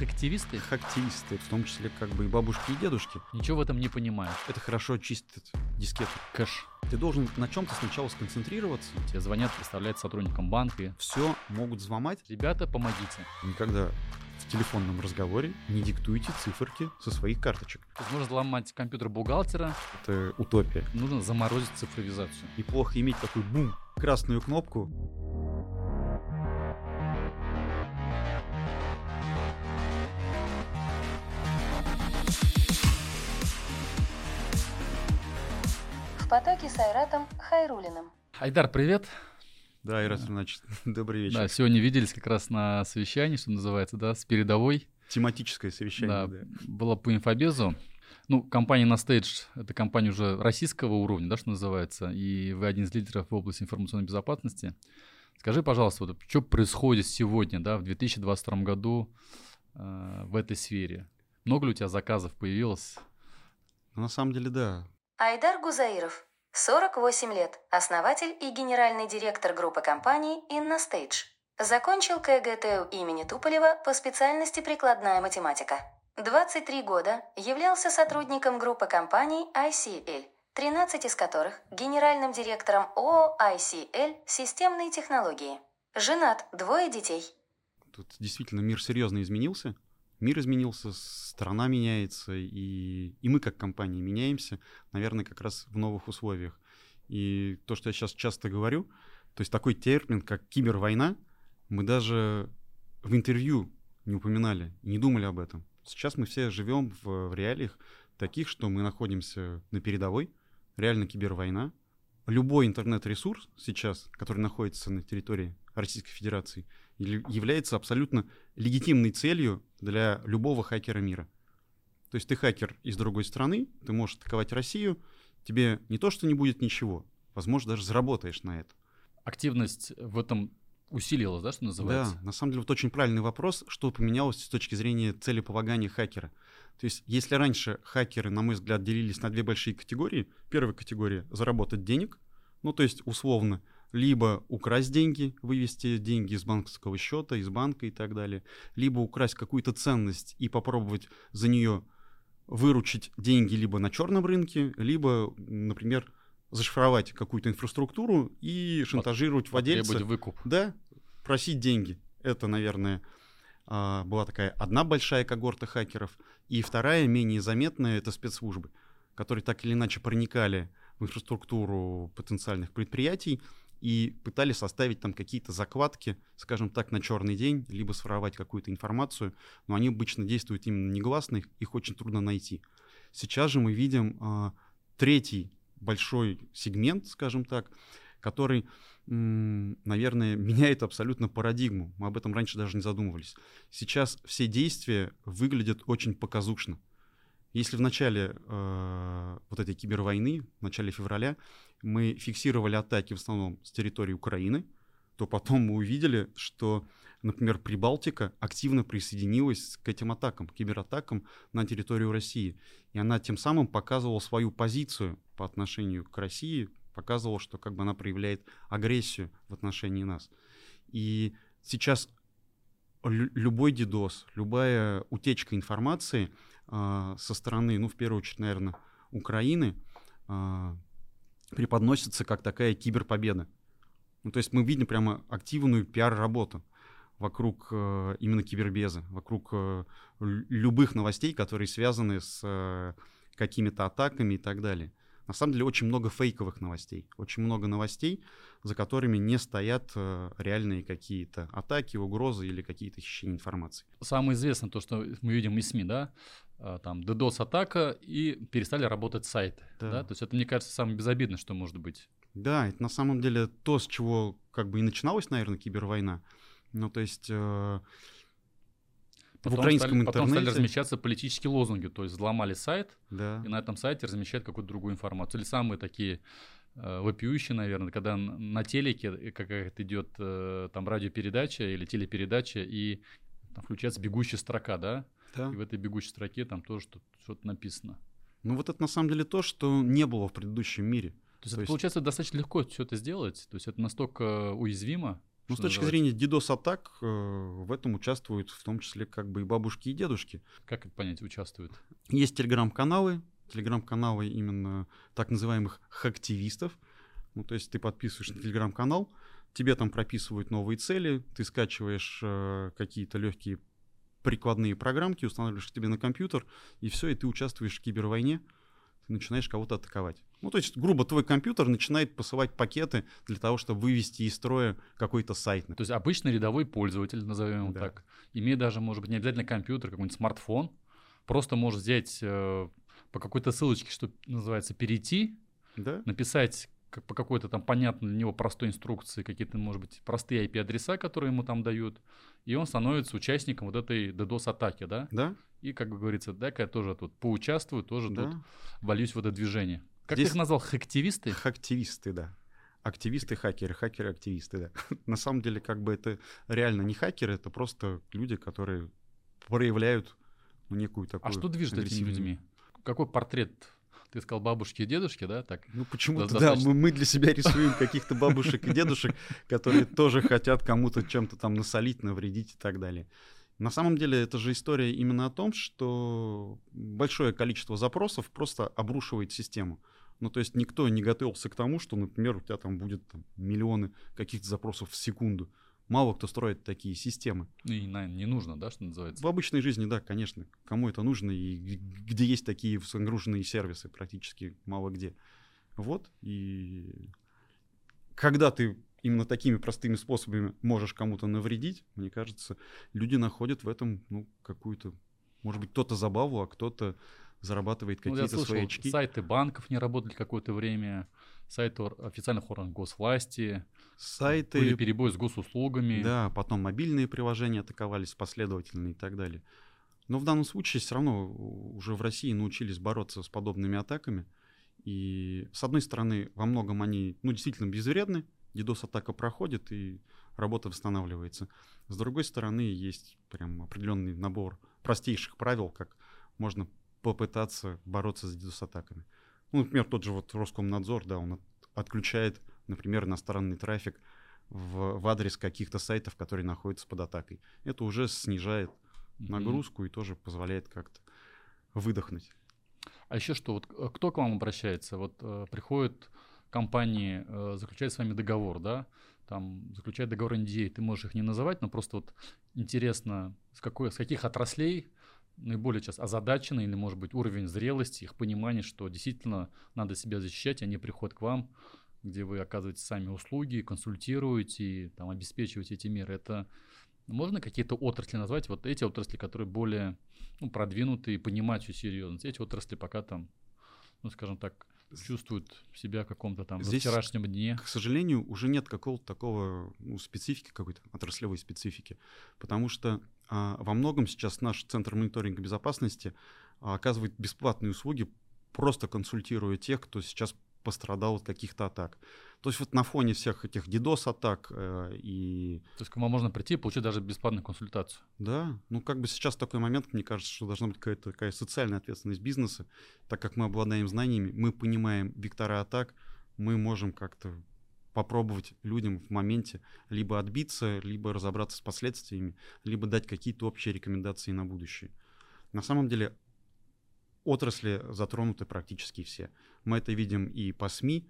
Хактивисты? Хактивисты, в том числе как бы и бабушки, и дедушки. Ничего в этом не понимают. Это хорошо чистит дискету. Кэш. Ты должен на чем-то сначала сконцентрироваться. Тебе звонят, представляют сотрудникам банка. Все могут взломать. Ребята, помогите. Никогда в телефонном разговоре не диктуйте циферки со своих карточек. То есть нужно взломать компьютер бухгалтера. Это утопия. Нужно заморозить цифровизацию. И плохо иметь такую бум, красную кнопку. В потоке с Айратом Хайруллиным. Айдар, привет. Да, Айрат, значит, добрый вечер. Да, сегодня виделись как раз на совещании, что называется, да, с передовой. Тематическое совещание, да. Было по инфобезу. Компания NoStage — это компания уже российского уровня, да, что называется, и вы один из лидеров в области информационной безопасности. Скажи, пожалуйста, вот, что происходит сегодня, да, в 2022 году в этой сфере? Много ли у тебя заказов появилось? На самом деле, да. Айдар Гузаиров, 48 лет, основатель и генеральный директор группы компаний InnoStage. Закончил КГТУ имени Туполева по специальности прикладная математика. 23 года являлся сотрудником группы компаний ICL, 13 из которых генеральным директором ООО ICL «Системные технологии». Женат, 2 детей. Тут действительно мир серьезно изменился. Мир изменился, страна меняется, и мы как компания меняемся, наверное, как раз в новых условиях. И то, что я сейчас часто говорю, то есть такой термин, как кибервойна, мы даже в интервью не упоминали, не думали об этом. Сейчас мы все живем в реалиях таких, что мы находимся на передовой, реально кибервойна. Любой интернет-ресурс сейчас, который находится на территории Российской Федерации, является абсолютно легитимной целью для любого хакера мира. То есть ты хакер из другой страны, ты можешь атаковать Россию, тебе не то что не будет ничего, возможно, даже заработаешь на это. Активность в этом усилилась, да, что называется? Да, на самом деле вот очень правильный вопрос, что поменялось с точки зрения целеполагания хакера. То есть если раньше хакеры, на мой взгляд, делились на 2 большие категории. Первая категория — заработать денег, то есть условно либо украсть деньги, вывести деньги из банковского счета, из банка и так далее, либо украсть какую-то ценность и попробовать за нее выручить деньги либо на черном рынке, либо, например, зашифровать какую-то инфраструктуру и шантажировать владельца. Потребовать выкуп. Да, просить деньги. Это, наверное, была такая одна большая когорта хакеров. И вторая, менее заметная, это спецслужбы, которые так или иначе проникали в инфраструктуру потенциальных предприятий и пытались составить там какие-то закладки, скажем так, на черный день, либо своровать какую-то информацию, но они обычно действуют именно негласно, их очень трудно найти. Сейчас же мы видим третий большой сегмент, скажем так, который, наверное, меняет абсолютно парадигму. Мы об этом раньше даже не задумывались. Сейчас все действия выглядят очень показушно. Если в начале вот этой кибервойны, в начале февраля, мы фиксировали атаки в основном с территории Украины, то потом мы увидели, что, например, Прибалтика активно присоединилась к этим атакам, кибератакам на территорию России. И она тем самым показывала свою позицию по отношению к России, показывала, что как бы она проявляет агрессию в отношении нас. И сейчас любой DDoS, любая утечка информации со стороны, в первую очередь, наверное, Украины, преподносится как такая киберпобеда. То есть мы видим прямо активную пиар-работу вокруг именно кибербеза, вокруг любых новостей, которые связаны с какими-то атаками и так далее. На самом деле очень много фейковых новостей, очень много новостей, за которыми не стоят реальные какие-то атаки, угрозы или какие-то хищения информации. Самое известное то, что мы видим из СМИ, да, там DDoS-атака и перестали работать сайты. Да. То есть это, мне кажется, самое безобидное, что может быть. Да, это на самом деле то, с чего как бы и начиналась, наверное, кибервойна. То есть в украинском интернете... Потом стали размещаться политические лозунги, то есть взломали сайт, да, и на этом сайте размещают какую-то другую информацию. Или самые такие вопиющие, наверное, когда на телеке какая-то идет там радиопередача или телепередача, и там включается бегущая строка, да? Да. И в этой бегущей строке там тоже что-то написано. Вот это на самом деле то, что не было в предыдущем мире. То есть получается достаточно легко все это сделать, то есть это настолько уязвимо. Ну, с точки зрения DDoS-атак, в этом участвуют в том числе как бы и бабушки, и дедушки. Как это понять, участвуют? Есть телеграм-каналы именно так называемых хактивистов. Ну, то есть ты подписываешь на телеграм-канал, тебе там прописывают новые цели, ты скачиваешь какие-то легкие прикладные программки, устанавливаешь к тебе на компьютер, и все, и ты участвуешь в кибервойне, ты начинаешь кого-то атаковать. Ну, то есть, грубо, твой компьютер начинает посылать пакеты для того, чтобы вывести из строя какой-то сайт. То есть обычный рядовой пользователь, назовем его Да. так, имея даже, может быть, не обязательно компьютер, какой-нибудь смартфон, просто может взять по какой-то ссылочке, что называется, перейти, Да? написать по какой-то там понятной для него простой инструкции, какие-то, может быть, простые IP-адреса, которые ему там дают, и он становится участником вот этой DDoS-атаки, да? Да? И, как говорится, дай-ка я тоже тут поучаствую, тоже Да. тут вольюсь в это движение. Как Здесь- ты их назвал? Хактивисты? Хактивисты, да. Активисты, хакеры, хакеры-активисты, да. На самом деле, как бы это реально не хакеры, это просто люди, которые проявляют некую такую... А что движет этими агрессивную- людьми? Какой портрет? Ты сказал бабушки и дедушки, да? Так. Ну, почему-то, да, Достаточно. мы для себя рисуем каких-то бабушек и дедушек, которые тоже хотят кому-то чем-то там насолить, навредить и так далее. На самом деле, это же история именно о том, что большое количество запросов просто обрушивает систему. Ну, то есть никто не готовился к тому, что, например, у тебя там будет там миллионы каких-то запросов в секунду. Мало кто строит такие системы. И, наверное, не нужно, да, что называется? В обычной жизни, да, конечно. Кому это нужно и где есть такие загруженные сервисы, практически мало где. Вот. И когда ты именно такими простыми способами можешь кому-то навредить, мне кажется, люди находят в этом, ну, какую-то, может быть, кто-то забаву, а кто-то зарабатывает Ну, я какие-то слышал, свои очки. сайты банков не работали какое-то время, сайты официальных органов госвласти, Сайты, были перебои с госуслугами. да, потом мобильные приложения атаковались последовательно и так далее. Но в данном случае все равно уже в России научились бороться с подобными атаками. И с одной стороны, во многом они, ну, действительно безвредны, DDoS-атака проходит и работа восстанавливается. С другой стороны, есть прям определенный набор простейших правил, как можно попытаться бороться с DDoS-атаками. Ну, например, тот же вот Роскомнадзор, да, он отключает, например, иностранный трафик в адрес каких-то сайтов, которые находятся под атакой. Это уже снижает нагрузку и тоже позволяет как-то выдохнуть. А еще что, вот кто к вам обращается? Вот приходят компании, заключают с вами договор, да? Там заключают договор NDA, ты можешь их не называть, но просто вот интересно, с каких отраслей наиболее сейчас озадачены, или, может быть, уровень зрелости, их понимание, что действительно надо себя защищать, они приходят к вам, где вы оказываете сами услуги, консультируете, там, обеспечиваете эти меры. Это можно какие-то отрасли назвать? Вот эти отрасли, которые более продвинутые, понимают всю серьезность. Эти отрасли пока там, ну, скажем так, чувствуют себя в каком-то там Здесь, вчерашнем дне. К сожалению, уже нет какого-то такого специфики, какой-то отраслевой специфики, потому что во многом сейчас наш Центр мониторинга безопасности оказывает бесплатные услуги, просто консультируя тех, кто сейчас пострадал от каких-то атак. То есть вот на фоне всех этих DDoS-атак и... То есть к вам можно прийти и получить даже бесплатную консультацию. Да, ну как бы сейчас такой момент, мне кажется, что должна быть какая-то такая социальная ответственность бизнеса, так как мы обладаем знаниями, мы понимаем вектора атак, мы можем как-то попробовать людям в моменте либо отбиться, либо разобраться с последствиями, либо дать какие-то общие рекомендации на будущее. На самом деле отрасли затронуты практически все. Мы это видим и по СМИ,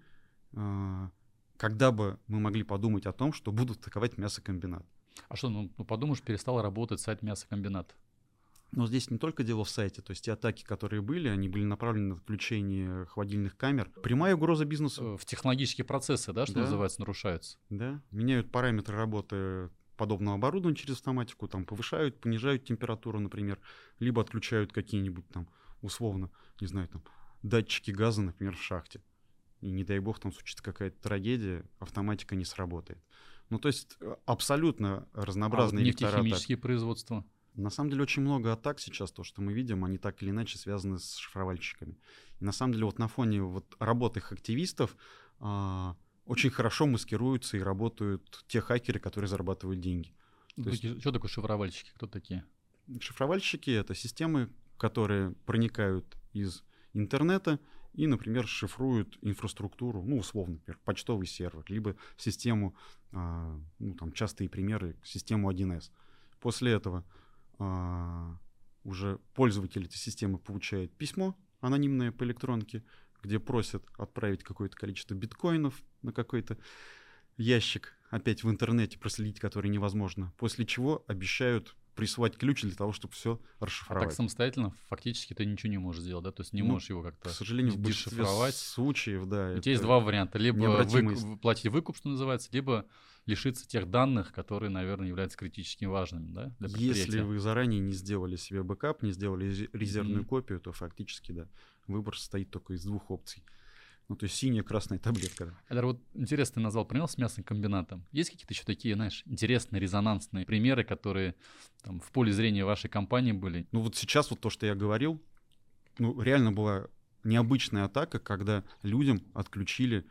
когда бы мы могли подумать о том, что будут атаковать мясокомбинат. А что, ну подумаешь, перестал работать сайт мясокомбинат. Но здесь не только дело в сайте, то есть те атаки, которые были, они были направлены на отключение холодильных камер. Прямая угроза бизнесу. В технологические процессы, да, что Да. называется, нарушаются. Да. Меняют параметры работы подобного оборудования через автоматику, там повышают, понижают температуру, например, либо отключают какие-нибудь там, условно, не знаю, там, датчики газа, например, в шахте. И не дай бог, там случится какая-то трагедия, автоматика не сработает. Ну, то есть абсолютно разнообразные векторы атак. Нефтехимические производства. На самом деле очень много атак сейчас, то, что мы видим, они так или иначе связаны с шифровальщиками. И на самом деле вот на фоне вот работы активистов очень хорошо маскируются и работают те хакеры, которые зарабатывают деньги. Что такое шифровальщики? Кто такие? Шифровальщики — это системы, которые проникают из интернета и, например, шифруют инфраструктуру, ну, условно, например, почтовый сервер, либо систему, ну, там частые примеры, систему 1С. После этого уже пользователь этой системы получает письмо анонимное по электронке, где просят отправить какое-то количество биткоинов на какой-то ящик, опять в интернете проследить, который невозможно, после чего обещают присылать ключ для того, чтобы все расшифровать. А так самостоятельно фактически ты ничего не можешь сделать, да? То есть не можешь его как-то к сожалению, в большинстве дешифровать. случаев, да. У тебя есть два варианта. Либо платить выкуп, что называется, либо лишиться тех данных, которые, наверное, являются критически важными, да, для предприятия. Если вы заранее не сделали себе бэкап, не сделали резервную копию, то фактически, да, выбор состоит только из двух опций. Ну, то есть синяя, красная таблетка. Айдар, вот интересно, ты назвал пример с мясным комбинатом. Есть какие-то еще такие, знаешь, интересные, резонансные примеры, которые там в поле зрения вашей компании были? Ну, вот сейчас вот то, что я говорил, ну, реально была необычная атака, когда людям отключили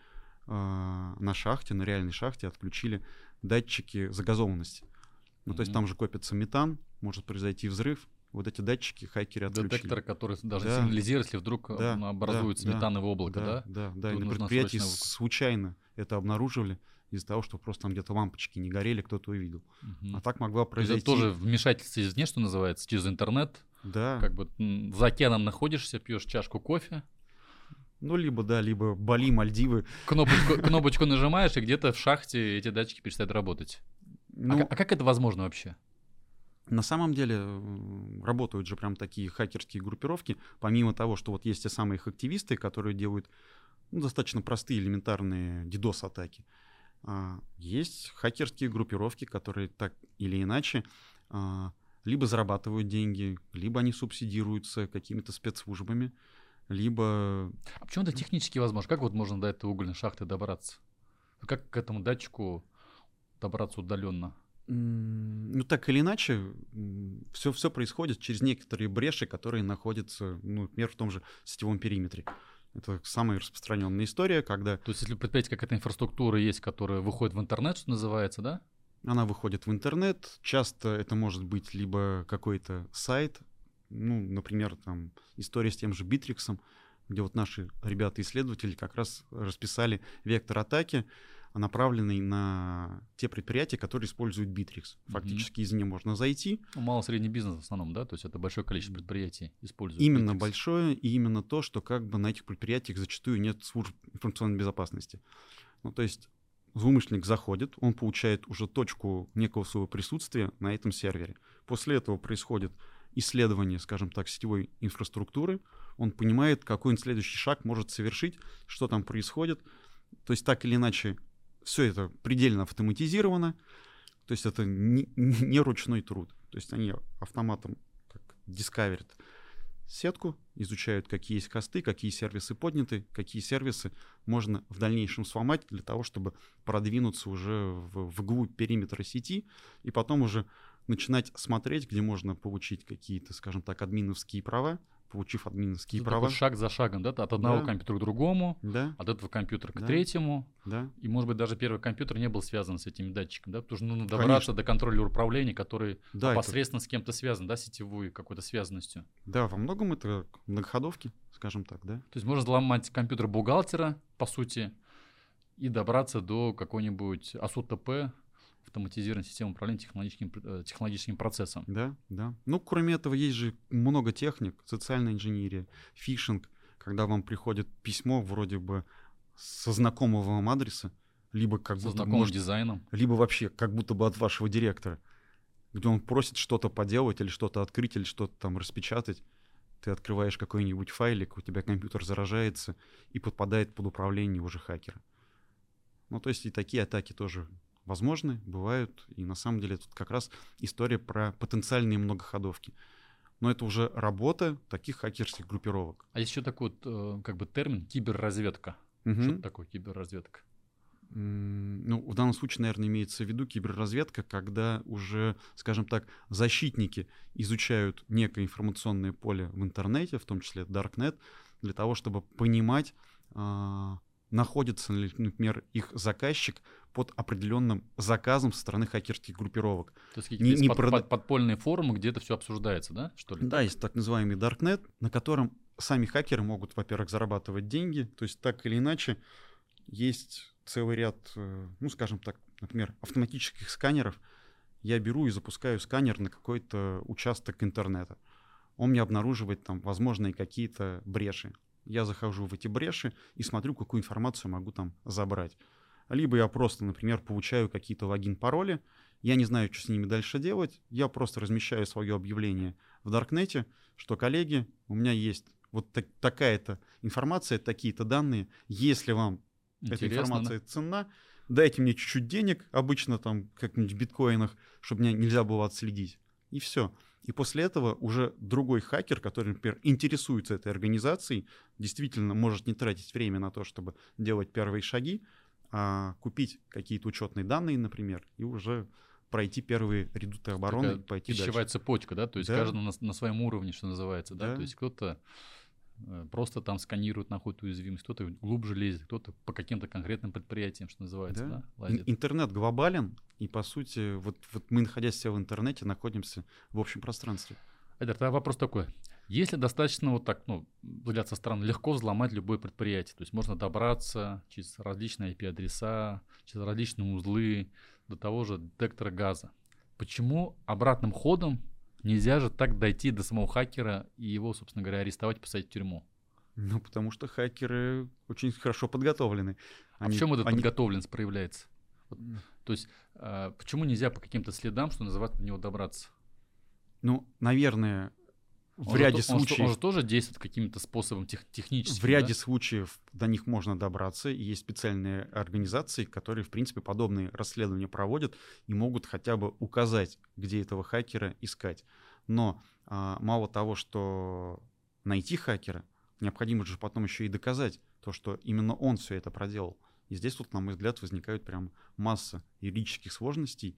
на шахте, на реальной шахте отключили датчики загазованности. Ну, то есть там же копится метан, может произойти взрыв. Вот эти датчики хакеры отключили. Детекторы, которые даже сигнализируют, если вдруг образуется метановое облако, да? Да. И на предприятии случайно это обнаружили из-за того, что просто там где-то лампочки не горели, кто-то увидел. А так могла произойти... Это тоже вмешательство извне, что называется, через интернет. Да. Как бы за океаном находишься, пьешь чашку кофе. Ну, либо Бали, Мальдивы. Кнопочку нажимаешь, и где-то в шахте эти датчики перестают работать. А как это возможно вообще? На самом деле работают же прям такие хакерские группировки, помимо того, что вот есть те самые их активисты, которые делают достаточно простые элементарные DDoS-атаки. Есть хакерские группировки, которые так или иначе либо зарабатывают деньги, либо они субсидируются какими-то спецслужбами, либо... А почему это технически возможно? Как вот можно до этой угольной шахты добраться? Как к этому датчику добраться удаленно? Ну, так или иначе, все происходит через некоторые бреши, которые находятся, ну, например, в том же сетевом периметре. Это самая распространенная история, когда... То есть, если предположить, какая-то инфраструктура есть, которая выходит в интернет, что называется, да? Она выходит в интернет. Часто это может быть либо какой-то сайт, ну, например, там история с тем же Битриксом, где вот наши ребята-исследователи как раз расписали вектор атаки, направленный на те предприятия, которые используют Bittrex. Фактически из нее можно зайти. Ну, малый-средний бизнес в основном, да? То есть это большое количество предприятий используют Именно Bittrex. Большое, и именно то, что как бы на этих предприятиях зачастую нет служб информационной безопасности. Ну, то есть злоумышленник заходит, он получает уже точку некого своего присутствия на этом сервере. После этого происходит исследование, скажем так, сетевой инфраструктуры. Он понимает, какой он следующий шаг может совершить, что там происходит. То есть так или иначе все это предельно автоматизировано, то есть это не ручной труд. То есть они автоматом как дискаверят сетку, изучают, какие есть хосты, какие сервисы подняты, какие сервисы можно в дальнейшем сломать для того, чтобы продвинуться уже вглубь периметра сети и потом уже начинать смотреть, где можно получить какие-то, скажем так, админовские права. Получив админовские права. Шаг за шагом, да? От одного компьютера к другому, от этого компьютера к третьему. Да. И, может быть, даже первый компьютер не был связан с этими датчиками, да? Потому что нужно добраться до контроллера управления, который непосредственно с кем-то связан, да, сетевой какой-то связанностью. Да, во многом это многоходовки, скажем так, да. То есть можно взломать компьютер бухгалтера, по сути, и добраться до какой-нибудь АСУТП, автоматизированной системы управления технологическим процессом. Да. Ну, кроме этого, есть же много техник, социальная инженерия, фишинг, когда вам приходит письмо вроде бы со знакомого вам адреса, либо как со будто знакомым дизайном, либо вообще как будто бы от вашего директора, где он просит что-то поделать или что-то открыть, или что-то там распечатать. Ты открываешь какой-нибудь файлик, у тебя компьютер заражается и подпадает под управление уже хакера. Ну, то есть и такие атаки тоже возможны, бывают, и на самом деле тут как раз история про потенциальные многоходовки. Но это уже работа таких хакерских группировок. А есть еще такой вот, как бы термин киберразведка. Что такое киберразведка? Ну, в данном случае, наверное, имеется в виду киберразведка, когда уже, скажем так, защитники изучают некое информационное поле в интернете, в том числе Darknet, для того, чтобы понимать, находится ли, например, их заказчик под определенным заказом со стороны хакерских группировок. То есть какие-то подпольные форумы, где это все обсуждается, да, что ли? Да, есть так называемый Darknet, на котором сами хакеры могут, во-первых, зарабатывать деньги, то есть так или иначе есть целый ряд, ну, скажем так, например, автоматических сканеров. Я беру и запускаю сканер на какой-то участок интернета. Он мне обнаруживает там возможные какие-то бреши. Я захожу в эти бреши и смотрю, какую информацию могу там забрать. Либо я просто, например, получаю какие-то логин-пароли, я не знаю, что с ними дальше делать, я просто размещаю свое объявление в Даркнете, что, коллеги, у меня есть вот такая-то информация, такие-то данные, если вам эта информация ценна, дайте мне чуть-чуть денег, обычно там как-нибудь в биткоинах, чтобы меня нельзя было отследить, и все. И после этого уже другой хакер, который, например, интересуется этой организацией, действительно может не тратить время на то, чтобы делать первые шаги, а купить какие-то учетные данные, например, и уже пройти первые редуты обороны и пойти дальше. Пищевая цепочка, да? То есть каждый на своем уровне, что называется, да? То есть кто-то просто там сканирует, находит уязвимость, кто-то глубже лезет, кто-то по каким-то конкретным предприятиям, что называется, да? Лазит. Интернет глобален, и по сути, вот мы, находясь все в интернете, находимся в общем пространстве. Эдер, тогда вопрос такой. Если достаточно вот так, ну, взгляд со стороны, легко взломать любое предприятие, то есть можно добраться через различные IP-адреса, через различные узлы до того же детектора газа. Почему обратным ходом нельзя же так дойти до самого хакера и его, собственно говоря, арестовать и посадить в тюрьму? Ну, потому что хакеры очень хорошо подготовлены. В чем эта подготовленность проявляется? Вот, то есть почему нельзя по каким-то следам, что называется, до него добраться? Ну, наверное, в ряде случаев... Он же тоже действует каким-то способом техническим. В ряде случаев до них можно добраться, и есть специальные организации, которые, в принципе, подобные расследования проводят и могут хотя бы указать, где этого хакера искать. Но мало того, что найти хакера, необходимо же потом еще и доказать то, что именно он все это проделал. И здесь вот, на мой взгляд, возникает прям масса юридических сложностей.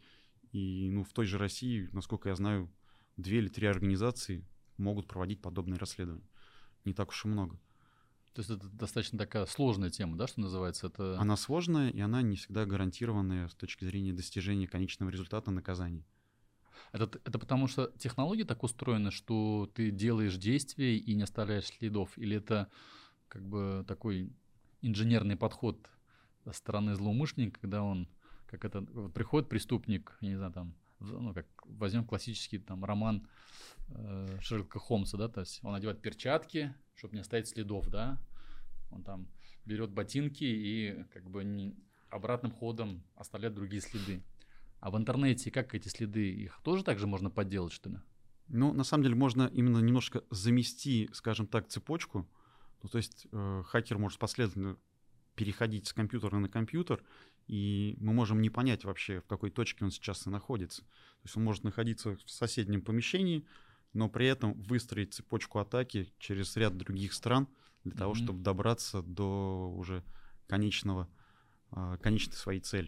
И в той же России, насколько я знаю, 2 или 3 организации могут проводить подобные расследования. Не так уж и много. То есть это достаточно такая сложная тема, да, что называется? Она сложная, и она не всегда гарантированная с точки зрения достижения конечного результата наказания. Это потому что технология так устроена, что ты делаешь действия и не оставляешь следов? Или это как бы такой инженерный подход со стороны злоумышленника, когда он, приходит преступник, я не знаю, там, как возьмем классический там роман Шерлока Холмса, да, то есть он одевает перчатки, чтобы не оставить следов, да, он там берет ботинки и как бы обратным ходом оставляет другие следы. А в интернете как эти следы, их тоже так же можно подделать, что ли? Ну, на самом деле можно именно немножко замести, скажем так, цепочку, то есть хакер может последовательно переходить с компьютера на компьютер, и мы можем не понять вообще, в какой точке он сейчас и находится. То есть он может находиться в соседнем помещении, но при этом выстроить цепочку атаки через ряд других стран для того, чтобы добраться до уже конечной своей цели.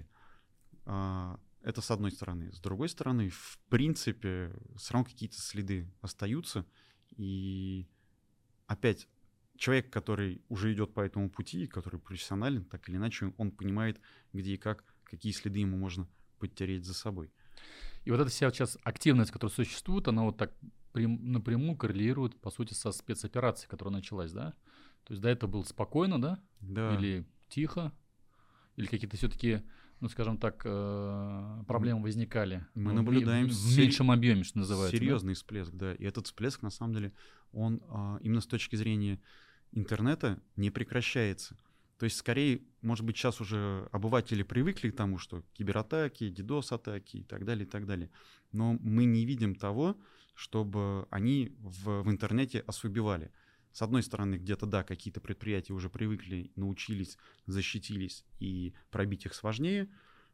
Это с одной стороны. С другой стороны, в принципе, все равно какие-то следы остаются. И опять, человек, который уже идет по этому пути, который профессионален, так или иначе, он понимает, где и как, какие следы ему можно подтереть за собой. И вот эта вся сейчас активность, которая существует, она вот так напрямую коррелирует, по сути, со спецоперацией, которая началась, да? То есть до этого было спокойно, да? Да. Или тихо? Или какие-то все-таки, скажем так, проблемы возникали? Мы наблюдаем в меньшем объеме, что называется. Серьезный всплеск, да. И этот всплеск, на самом деле, он именно с точки зрения интернета не прекращается. То есть, скорее, может быть, сейчас уже обыватели привыкли к тому, что кибератаки, DDoS-атаки и так далее, и так далее. Но мы не видим того, чтобы они в интернете ослабевали. С одной стороны, где-то, да, какие-то предприятия уже привыкли, научились, защитились, и пробить их сложнее.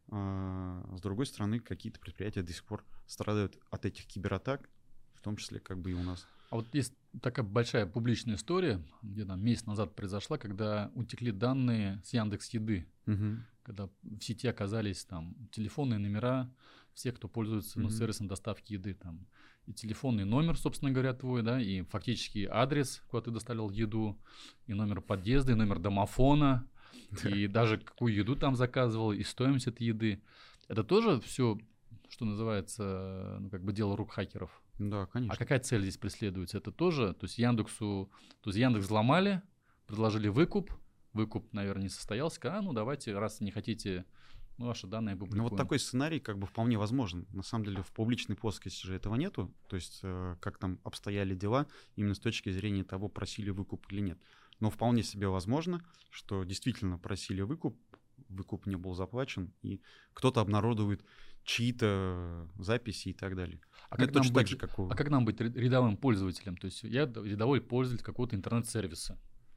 С другой стороны, какие-то предприятия до сих пор страдают от этих кибератак, в том числе как бы и у нас. А вот есть такая большая публичная история, где там месяц назад произошла, когда утекли данные с Яндекс.Еды, когда в сети оказались там телефонные номера всех, кто пользуется сервисом доставки еды, там и телефонный номер, собственно говоря, твой, да, и фактически адрес, куда ты доставлял еду, и номер подъезда, и номер домофона, и даже какую еду там заказывал, и стоимость этой еды. Это тоже все, что называется, как бы дело рук хакеров? Да, конечно. А какая цель здесь преследуется? Это тоже, то есть Яндекс взломали, предложили выкуп, наверное, не состоялся, давайте, раз не хотите, ваши данные опубликуем. Ну вот такой сценарий как бы вполне возможен. На самом деле в публичной плоскости же этого нету, то есть как там обстояли дела именно с точки зрения того, просили выкуп или нет. Но вполне себе возможно, что действительно просили выкуп не был заплачен, и кто-то обнародует чьи-то записи и так далее. А как нам быть рядовым пользователем? То есть я рядовой пользователь какого-то интернет-сервиса.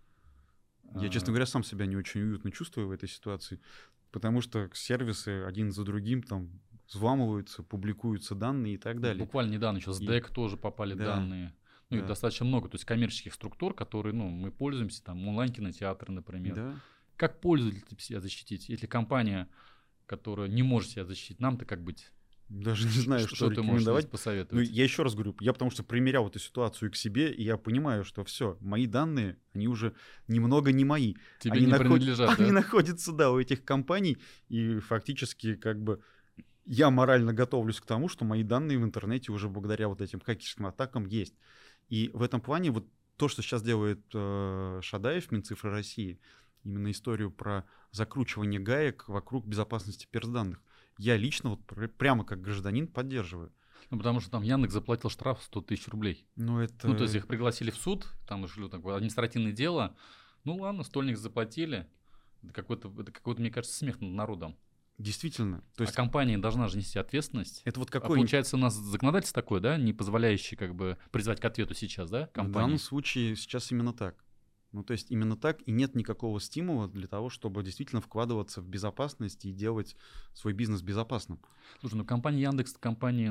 Я, честно говоря, сам себя не очень уютно чувствую в этой ситуации, потому что сервисы один за другим там взламываются, публикуются данные и так далее. Буквально недавно еще с ДЭК тоже попали данные. Ну, их достаточно много, то есть коммерческих структур, которые, мы пользуемся, там, онлайн-кинотеатры, например. Да. Как пользователь себя защитить? Если компания, которая не может себя защитить, нам-то как быть? Даже не знаю, что ты можешь рекомендовать. Посоветовать. Я еще раз говорю, я потому что примерял эту ситуацию к себе, и я понимаю, что все, мои данные, они уже немного не мои. Тебе они не принадлежат, Они находятся, у этих компаний, и фактически как бы я морально готовлюсь к тому, что мои данные в интернете уже благодаря вот этим хакерским атакам есть. И в этом плане вот то, что сейчас делает Шадаев, Минцифры России, именно историю про закручивание гаек вокруг безопасности персданных, я лично вот прямо как гражданин поддерживаю. Потому что там Яндекс заплатил штраф 100 тысяч рублей. То есть их пригласили в суд, там решили такое административное дело. Ладно, стольник заплатили. Это какой-то, мне кажется, смех над народом. Действительно. То есть компания должна же нести ответственность. Это вот получается, у нас законодательство такое, да, не позволяющее как бы призвать к ответу сейчас, да, компании? В данном случае сейчас именно так. То есть именно так, и нет никакого стимула для того, чтобы действительно вкладываться в безопасность и делать свой бизнес безопасным. Слушай, компания Яндекс, компания,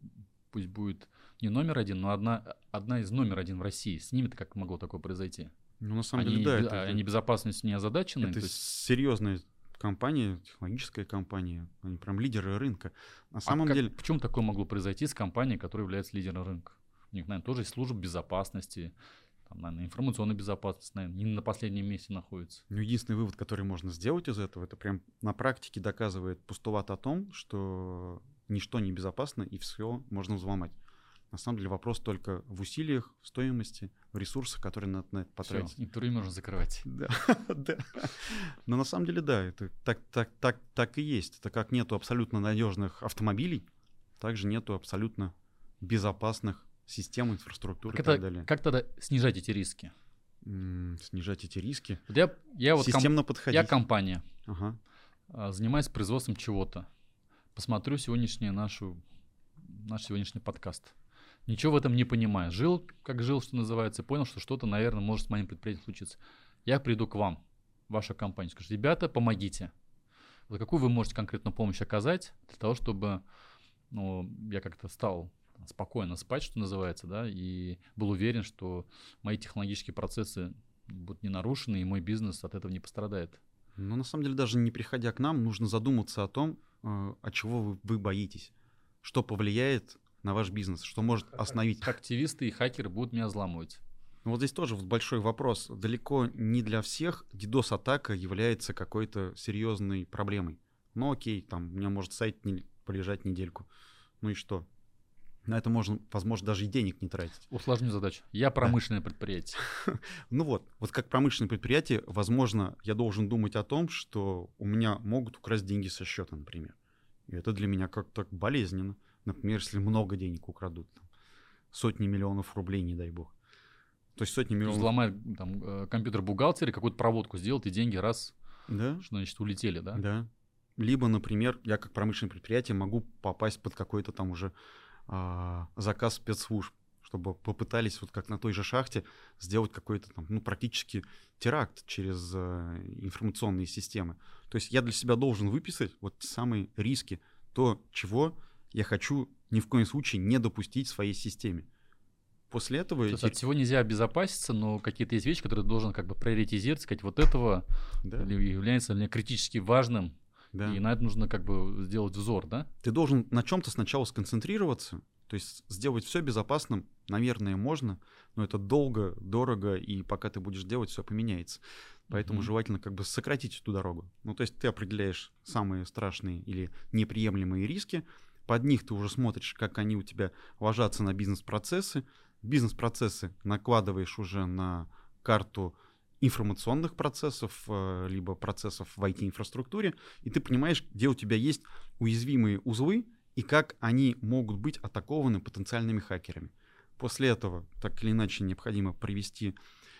пусть будет не номер один, но одна из номер один в России. С ними-то как могло такое произойти? На самом деле, да. Они безопасностью не озадачены? Это серьезная компания, технологическая компания, они прям лидеры рынка. На самом деле... Почему такое могло произойти с компанией, которая является лидером рынка? У них, наверное, тоже есть служба безопасности, там, наверное, информационная безопасность, наверное, не на последнем месте находится. Единственный вывод, который можно сделать из этого, это прям на практике доказывает постулат о том, что ничто не безопасно и все можно взломать. На самом деле вопрос только в усилиях, в стоимости, в ресурсах, которые надо на это потратить. Все, интервью можно закрывать. Да. Но на самом деле, да, это так и есть. Это как нету абсолютно надежных автомобилей, также нету абсолютно безопасных систем, инфраструктуры и так далее. Как тогда снижать эти риски? Снижать эти риски? Системно подходить. Я компания, занимаюсь производством чего-то. Посмотрю наш сегодняшний подкаст. Ничего в этом не понимаю. Жил, что называется, понял, что что-то, наверное, может с моим предприятием случиться. Я приду к вам, ваша компания, скажу: ребята, помогите. Вот какую вы можете конкретно помощь оказать для того, чтобы я как-то стал спокойно спать, что называется, да, и был уверен, что мои технологические процессы будут не нарушены, и мой бизнес от этого не пострадает. На самом деле, даже не приходя к нам, нужно задуматься о том, от чего вы боитесь, что повлияет на ваш бизнес, что может остановить. Активисты и хакеры будут меня взламывать. Вот здесь тоже большой вопрос. Далеко не для всех DDoS-атака является какой-то серьезной проблемой. Окей, там у меня может сайт полежать недельку. И что? На это можно, возможно, даже и денег не тратить. Усложню задачу. Я промышленное предприятие. Вот как промышленное предприятие, возможно, я должен думать о том, что у меня могут украсть деньги со счета, например. И это для меня как-то болезненно. Например, если много денег украдут, сотни миллионов рублей, не дай бог. То есть сотни миллионов... Взломать компьютер бухгалтера, какую-то проводку сделать, и деньги раз, да? Что значит улетели, да? Да. Либо, например, я как промышленное предприятие могу попасть под какой-то там уже заказ спецслужб, чтобы попытались вот как на той же шахте сделать какой-то там, практически теракт через информационные системы. То есть я для себя должен выписать вот самые риски, то, чего я хочу ни в коем случае не допустить в своей системе. После этого... То есть от всего нельзя обезопаситься, но какие-то есть вещи, которые ты должен как бы приоритизировать, сказать, вот этого является для меня критически важным, и на это нужно как бы сделать взор, да? Ты должен на чем-то сначала сконцентрироваться, то есть сделать все безопасным, наверное, можно, но это долго, дорого, и пока ты будешь делать, все поменяется. Поэтому желательно как бы сократить эту дорогу. То есть ты определяешь самые страшные или неприемлемые риски, под них ты уже смотришь, как они у тебя ложатся на бизнес-процессы. Бизнес-процессы накладываешь уже на карту информационных процессов, либо процессов в IT-инфраструктуре, и ты понимаешь, где у тебя есть уязвимые узлы и как они могут быть атакованы потенциальными хакерами. После этого, так или иначе, необходимо провести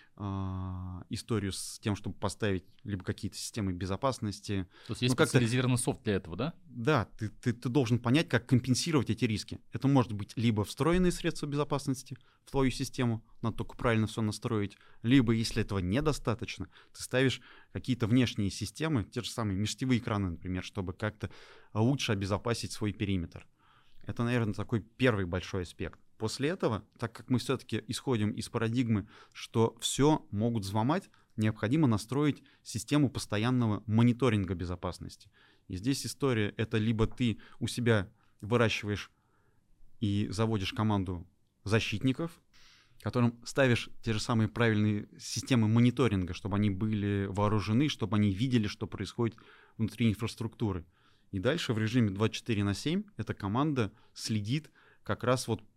историю с тем, чтобы поставить либо какие-то системы безопасности. То есть есть специализированный софт для этого, да? Да, ты должен понять, как компенсировать эти риски. Это может быть либо встроенные средства безопасности в твою систему, надо только правильно все настроить, либо, если этого недостаточно, ты ставишь какие-то внешние системы, те же самые межсетевые экраны, например, чтобы как-то лучше обезопасить свой периметр. Это, наверное, такой первый большой аспект. После этого, так как мы все-таки исходим из парадигмы, что все могут взломать, необходимо настроить систему постоянного мониторинга безопасности. И здесь история — это либо ты у себя выращиваешь и заводишь команду защитников, которым ставишь те же самые правильные системы мониторинга, чтобы они были вооружены, чтобы они видели, что происходит внутри инфраструктуры. И дальше в режиме 24/7 эта команда следит как раз вот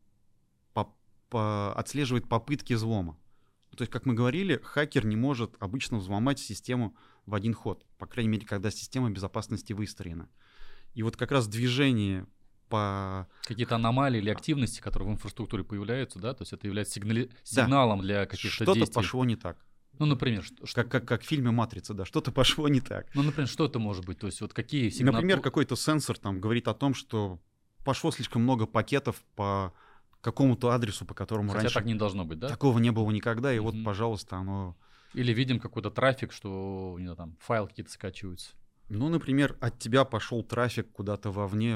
отслеживает попытки взлома. То есть, как мы говорили, хакер не может обычно взломать систему в один ход, по крайней мере, когда система безопасности выстроена. И вот как раз движение по... Какие-то аномалии или активности, которые в инфраструктуре появляются, да? То есть это является сигналом для каких-то действий. Что-то пошло не так. Ну, например, как в фильме «Матрица», да, что-то пошло не так. Ну, например, что это может быть? То есть вот какие сигналы? Например, какой-то сенсор там говорит о том, что пошло слишком много пакетов по какому-то адресу, по которому Хотя раньше так не должно быть, да? такого не было никогда, и вот, пожалуйста, оно... Или видим какой-то трафик, что, не знаю, там файлы какие-то скачиваются. Ну, например, от тебя пошел трафик куда-то вовне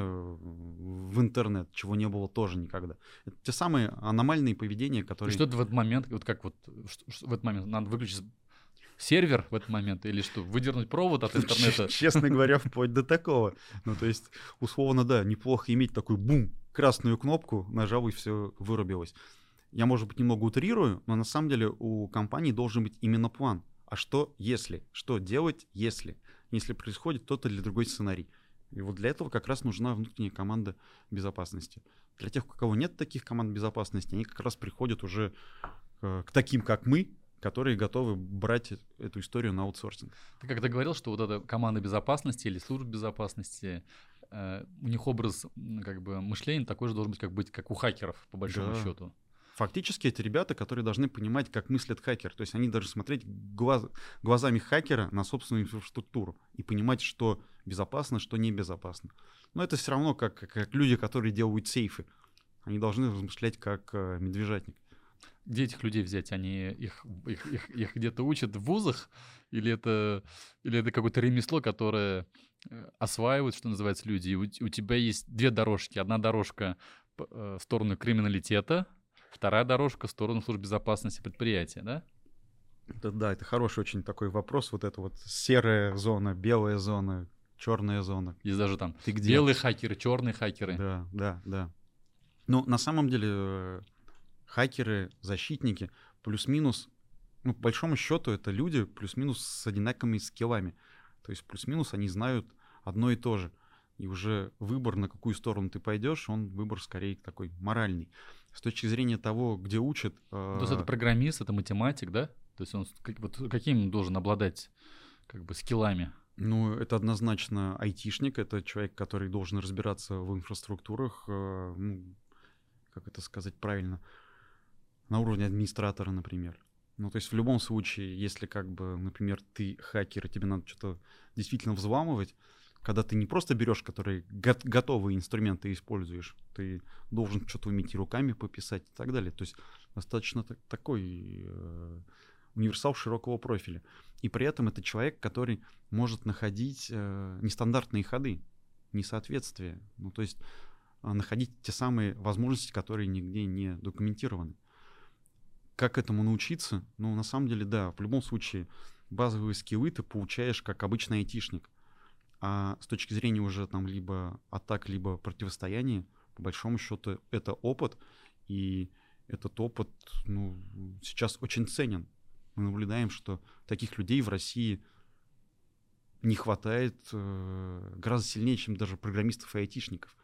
в интернет, чего не было тоже никогда. Это те самые аномальные поведения, которые... И что это в этот момент, вот как вот в этот момент надо выключить сервер в этот момент или что, выдернуть провод от интернета? Честно говоря, вплоть до такого. Ну, то есть, условно, да, неплохо иметь такой бум, красную кнопку, нажал, и все вырубилось. Я, может быть, немного утрирую, но на самом деле у компании должен быть именно план. А что если? Что делать, если происходит тот или другой сценарий? И вот для этого как раз нужна внутренняя команда безопасности. Для тех, у кого нет таких команд безопасности, они как раз приходят уже к таким, как мы, которые готовы брать эту историю на аутсорсинг. Ты когда говорил, что вот эта команда безопасности или служба безопасности, у них образ как бы мышления такой же должен быть, как у хакеров, по большому счету. Фактически это ребята, которые должны понимать, как мыслит хакер. То есть они должны смотреть глазами хакера на собственную инфраструктуру и понимать, что безопасно, что небезопасно. Но это все равно как люди, которые делают сейфы. Они должны размышлять как медвежатник. Где этих людей взять? Они их где-то учат в вузах? Или это какое-то ремесло, которое осваивают, что называется, люди? И у тебя есть две дорожки. Одна дорожка в сторону криминалитета, вторая дорожка в сторону службы безопасности предприятия, да? Это хороший очень такой вопрос. Вот это вот серая зона, белая зона, черная зона. Есть даже там белые хакеры, черные хакеры. Да. Но на самом деле хакеры, защитники, плюс-минус, по большому счету, это люди плюс-минус с одинаковыми скиллами. То есть плюс-минус они знают одно и то же. И уже выбор, на какую сторону ты пойдешь, он выбор скорее такой моральный. С точки зрения того, где учат... То есть это программист, это математик, да? То есть он каким должен обладать скиллами? Ну, это однозначно айтишник, это человек, который должен разбираться в инфраструктурах, как это сказать правильно, на уровне администратора, например. Ну, то есть в любом случае, если например, ты хакер, и тебе надо что-то действительно взламывать, когда ты не просто берешь, которые готовые инструменты используешь, ты должен что-то уметь и руками пописать и так далее. То есть достаточно такой универсал широкого профиля. И при этом это человек, который может находить нестандартные ходы, несоответствия. Ну, то есть находить те самые возможности, которые нигде не документированы. Как этому научиться? Ну, на самом деле, да, в любом случае базовые скиллы ты получаешь как обычный айтишник. А с точки зрения уже там либо атак, либо противостояния, по большому счету, это опыт. И этот опыт, сейчас очень ценен. Мы наблюдаем, что таких людей в России не хватает гораздо сильнее, чем даже программистов и айтишников.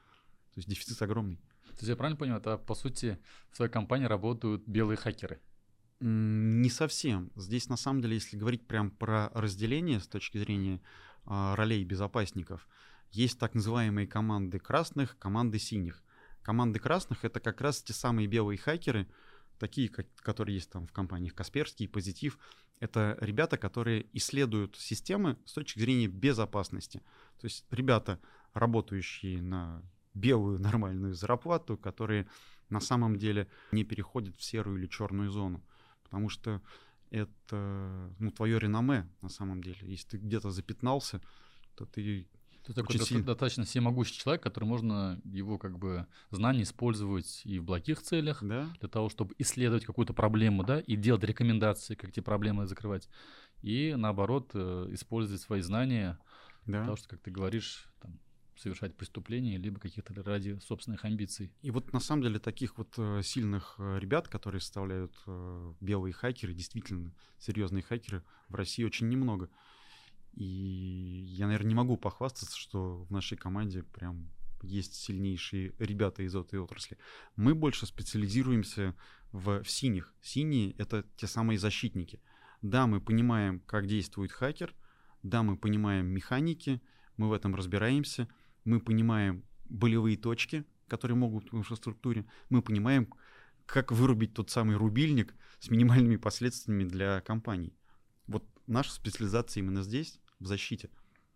То есть дефицит огромный. То есть я правильно понимаю, это по сути в своей компании работают белые хакеры? Не совсем. Здесь на самом деле, если говорить прям про разделение с точки зрения ролей безопасников, есть так называемые команды красных, команды синих. Команды красных — это как раз те самые белые хакеры, такие, которые есть там в компаниях Касперский, Позитив. Это ребята, которые исследуют системы с точки зрения безопасности. То есть ребята, работающие на белую нормальную зарплату, которые на самом деле не переходят в серую или черную зону. Потому что это твое реноме на самом деле. Если ты где-то запятнался, то ты... Ты такой достаточно всемогущий человек, который можно его как бы знания использовать и в благих целях, Да? для того, чтобы исследовать какую-то проблему, да, и делать рекомендации, как эти проблемы закрывать. И наоборот, использовать свои знания для того, чтобы, как ты говоришь, там, совершать преступления, либо каких-то ради собственных амбиций. И вот на самом деле таких вот сильных ребят, которые составляют белые хакеры, действительно серьезные хакеры, в России очень немного. И я, наверное, не могу похвастаться, что в нашей команде прям есть сильнейшие ребята из этой отрасли. Мы больше специализируемся в синих. Синие — это те самые защитники. Да, мы понимаем, как действует хакер, да, мы понимаем механики, мы в этом разбираемся, мы понимаем болевые точки, которые могут быть в инфраструктуре, мы понимаем, как вырубить тот самый рубильник с минимальными последствиями для компаний. Вот наша специализация именно здесь, в защите.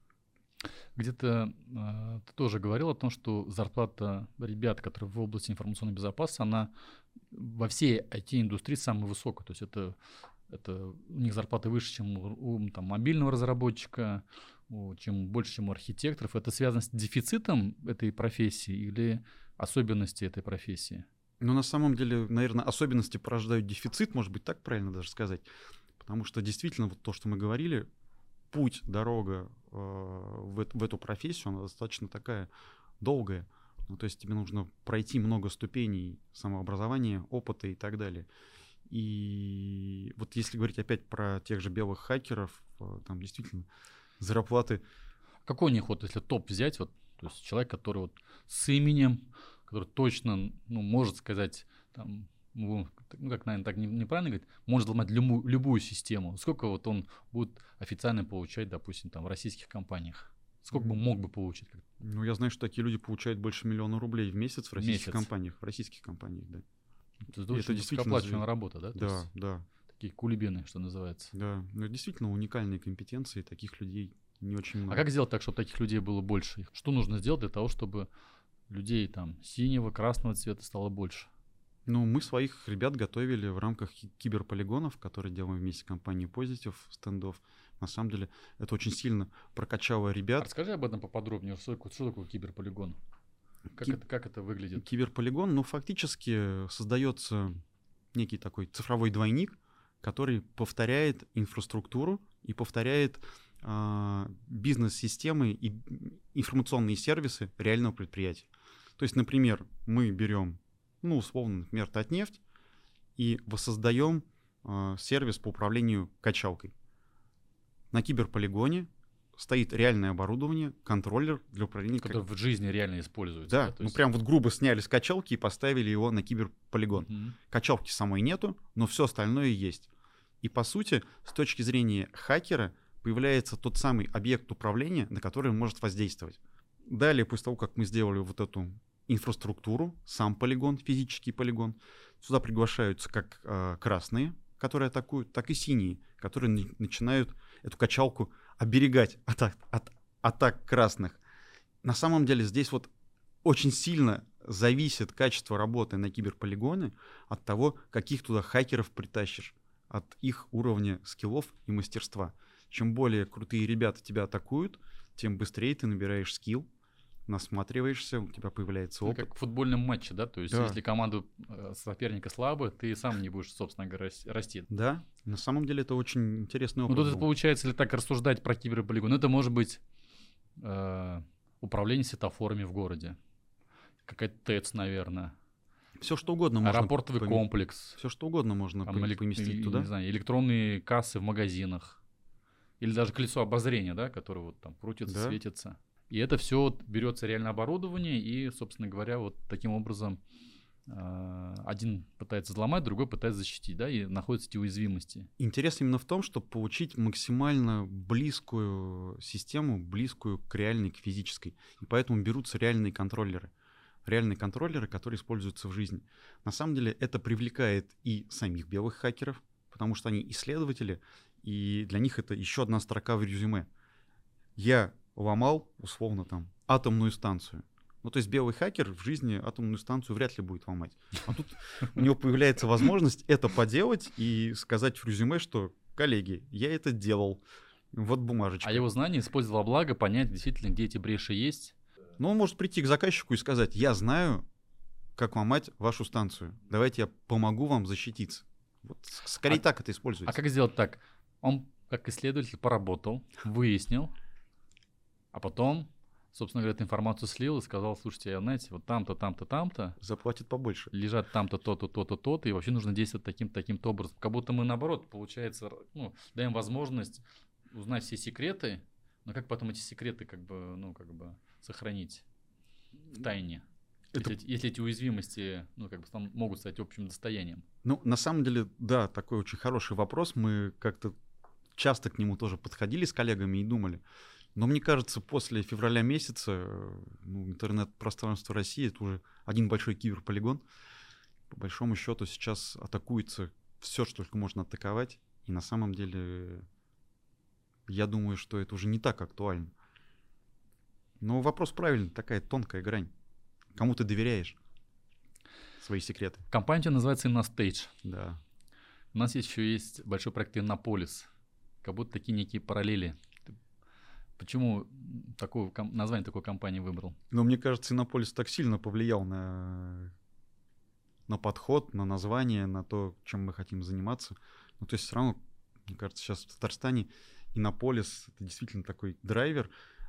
Где-то ты тоже говорил о том, что зарплата ребят, которые в области информационной безопасности, она во всей IT-индустрии самая высокая. То есть это у них зарплата выше, чем у там, мобильного разработчика, чем больше, чем у архитекторов. Это связано с дефицитом этой профессии или особенности этой профессии? Но на самом деле, наверное, особенности порождают дефицит, может быть, так правильно даже сказать. Потому что действительно вот то, что мы говорили, путь, дорога в эту профессию, она достаточно такая долгая. То есть тебе нужно пройти много ступеней самообразования, опыта и так далее. И вот если говорить опять про тех же белых хакеров, там действительно зарплаты... Какой у них, вот если топ взять, вот, то есть человек, который вот с именем, который точно может сказать, там, как, наверное, так неправильно говорить, может взломать любую систему. Сколько вот он будет официально получать, допустим, там, в российских компаниях? Сколько бы мог бы получить? Я знаю, что такие люди получают больше 1 000 000 рублей в месяц в российских компаниях. В российских компаниях, да. Это очень высокооплачиваемая работа, да? Да, да. Такие кулибины, что называется. Да, но действительно уникальные компетенции, таких людей не очень много. А как сделать так, чтобы таких людей было больше? Что нужно сделать для того, чтобы людей там синего, красного цвета стало больше? Мы своих ребят готовили в рамках киберполигонов, которые делаем вместе с компанией Positive, стендов. На самом деле это очень сильно прокачало ребят. Расскажи об этом поподробнее. Что такое киберполигон? Как это выглядит? Киберполигон, фактически создается некий такой цифровой двойник, который повторяет инфраструктуру и повторяет бизнес-системы и информационные сервисы реального предприятия. То есть, например, мы берем, условно, например, Татнефть и воссоздаем сервис по управлению качалкой. На киберполигоне стоит реальное оборудование, контроллер для управления... Который в жизни реально используется. Да, прям вот грубо сняли с качалки и поставили его на киберполигон. Качалки самой нету, но все остальное есть. И по сути, с точки зрения хакера, появляется тот самый объект управления, на который он может воздействовать. Далее, после того, как мы сделали вот эту инфраструктуру, сам полигон, физический полигон, сюда приглашаются как красные, которые атакуют, так и синие, которые начинают эту качалку оберегать от атак красных. На самом деле здесь вот очень сильно зависит качество работы на киберполигоне от того, каких туда хакеров притащишь, от их уровня скиллов и мастерства. Чем более крутые ребята тебя атакуют, тем быстрее ты набираешь скилл, насматриваешься, у тебя появляется опыт. Как в футбольном матче, да? То есть если команда соперника слабая, ты сам не будешь, собственно говоря, расти. Да, на самом деле это очень интересный опыт. Тут это получается, если так рассуждать про киберполигон, это может быть управление светофорами в городе, какая-то ТЭЦ, наверное. Все что угодно можно. Аэропортовый комплекс. Все что угодно можно поместить туда. Не знаю, электронные кассы в магазинах. Или даже колесо обозрения, да, которое вот там крутится, светится. И это все берется реальное оборудование, и, собственно говоря, вот таким образом один пытается взломать, другой пытается защитить, да, и находятся эти уязвимости. Интерес именно в том, чтобы получить максимально близкую систему, близкую к реальной, к физической. И поэтому берутся реальные контроллеры. Реальные контроллеры, которые используются в жизни. На самом деле это привлекает и самих белых хакеров, потому что они исследователи, и для них это еще одна строка в резюме. Я ломал, условно, там, атомную станцию. Ну, то есть белый хакер в жизни атомную станцию вряд ли будет ломать. А тут у него появляется возможность это поделать и сказать в резюме, что, коллеги, я это делал. Вот бумажечка. А его знание использовало благо понять действительно, где эти бреши есть. Но он может прийти к заказчику и сказать: я знаю, как ломать вашу станцию. Давайте я помогу вам защититься. Вот скорее так это используется. А как сделать так? Он, как исследователь, поработал, выяснил, а потом, собственно говоря, эту информацию слил и сказал: слушайте, знаете, вот там-то, там-то, там-то Заплатит побольше. лежат там-то, то-то, то-то, то-то, и вообще нужно действовать таким-то образом. Как будто мы, наоборот, получается, даем возможность узнать все секреты, но как потом эти секреты сохранить в тайне? Если эти уязвимости могут стать общим достоянием. Ну, на самом деле, да, такой очень хороший вопрос. Мы как-то часто к нему тоже подходили с коллегами и думали. Но мне кажется, после февраля месяца интернет-пространство России — это уже один большой киберполигон. По большому счету сейчас атакуется все, что только можно атаковать. И на самом деле, я думаю, что это уже не так актуально. Но вопрос правильный, такая тонкая грань. Кому ты доверяешь свои секреты? Компания у тебя называется InnoStage. Да. У нас еще есть большой проект Innopolis. Как будто такие некие параллели. Почему название такой компании выбрал? Но мне кажется, Иннополис так сильно повлиял на подход, на название, на то, чем мы хотим заниматься. Ну, то есть все равно, мне кажется, сейчас в Татарстане Иннополис — это действительно такой драйвер.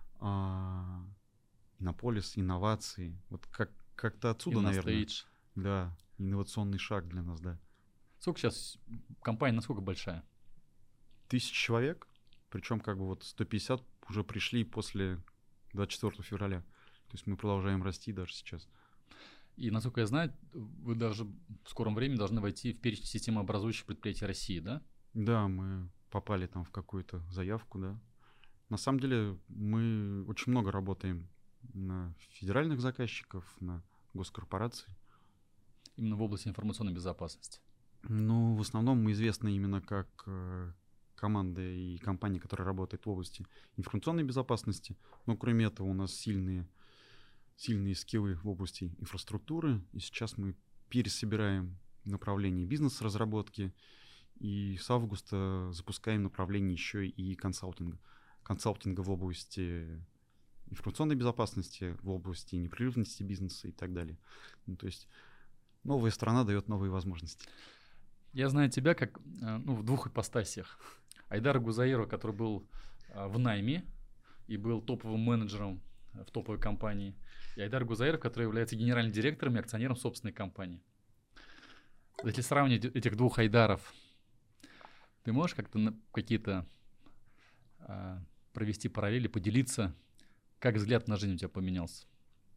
Иннополис, инновации. Вот как-то отсюда, наверное. InnoStage. Да, инновационный шаг для нас, да. Сколько сейчас компания, насколько большая? 1000 человек, причем 150 уже пришли после 24 февраля. То есть мы продолжаем расти даже сейчас. И, насколько я знаю, вы даже в скором времени должны войти в перечень системообразующих предприятий России, да? Да, мы попали там в какую-то заявку, да. На самом деле мы очень много работаем на федеральных заказчиков, на госкорпорации. Именно в области информационной безопасности. Ну, в основном мы известны именно как команда и компания, которая работает в области информационной безопасности. Но кроме этого у нас сильные скиллы в области инфраструктуры. И сейчас мы пересобираем направление бизнес-разработки. И с августа запускаем направление еще и консалтинга. Консалтинга в области информационной безопасности, в области непрерывности бизнеса и так далее. Ну, то есть новая страна дает новые возможности. Я знаю тебя как в двух ипостасях. Айдара Гузаирова, который был в найме и был топовым менеджером в топовой компании, и Айдар Гузаиров, который является генеральным директором и акционером собственной компании. Если сравнить этих двух Айдаров, ты можешь как-то какие-то провести параллели, поделиться, как взгляд на жизнь у тебя поменялся?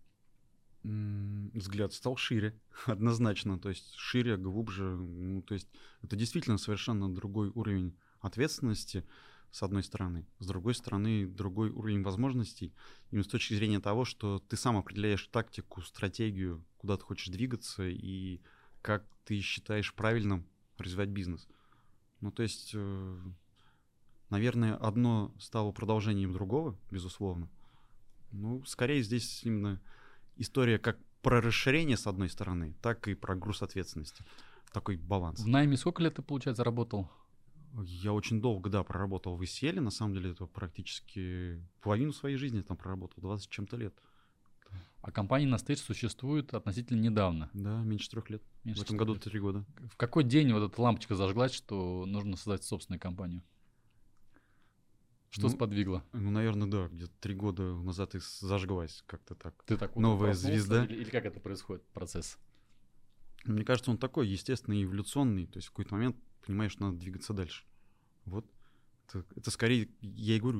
Взгляд стал шире, однозначно, то есть шире, глубже. Ну, то есть это действительно совершенно другой уровень ответственности, с одной стороны. С другой стороны, другой уровень возможностей. Именно с точки зрения того, что ты сам определяешь тактику, стратегию, куда ты хочешь двигаться и как ты считаешь правильным развивать бизнес. Ну, то есть, наверное, одно стало продолжением другого, безусловно. Ну, скорее здесь именно история как про расширение с одной стороны, так и про груз ответственности. Такой баланс. В найме сколько лет ты, получается, работал? Я очень долго, да, проработал в ICL. На самом деле это практически половину своей жизни там проработал, 20 с чем-то лет. А компания InnoStage существует относительно недавно. Да, меньше 3 лет. В этом году 3 года. В какой день вот эта лампочка зажглась, что нужно создать собственную компанию? Что сподвигло? Ну, наверное, да, где-то 3 года назад и зажглась как-то так. Ты так новая звезда. Или как это происходит, процесс? Мне кажется, он такой естественный, эволюционный. То есть в какой-то момент понимаешь, что надо двигаться дальше. Вот. Это скорее, я и говорю, такой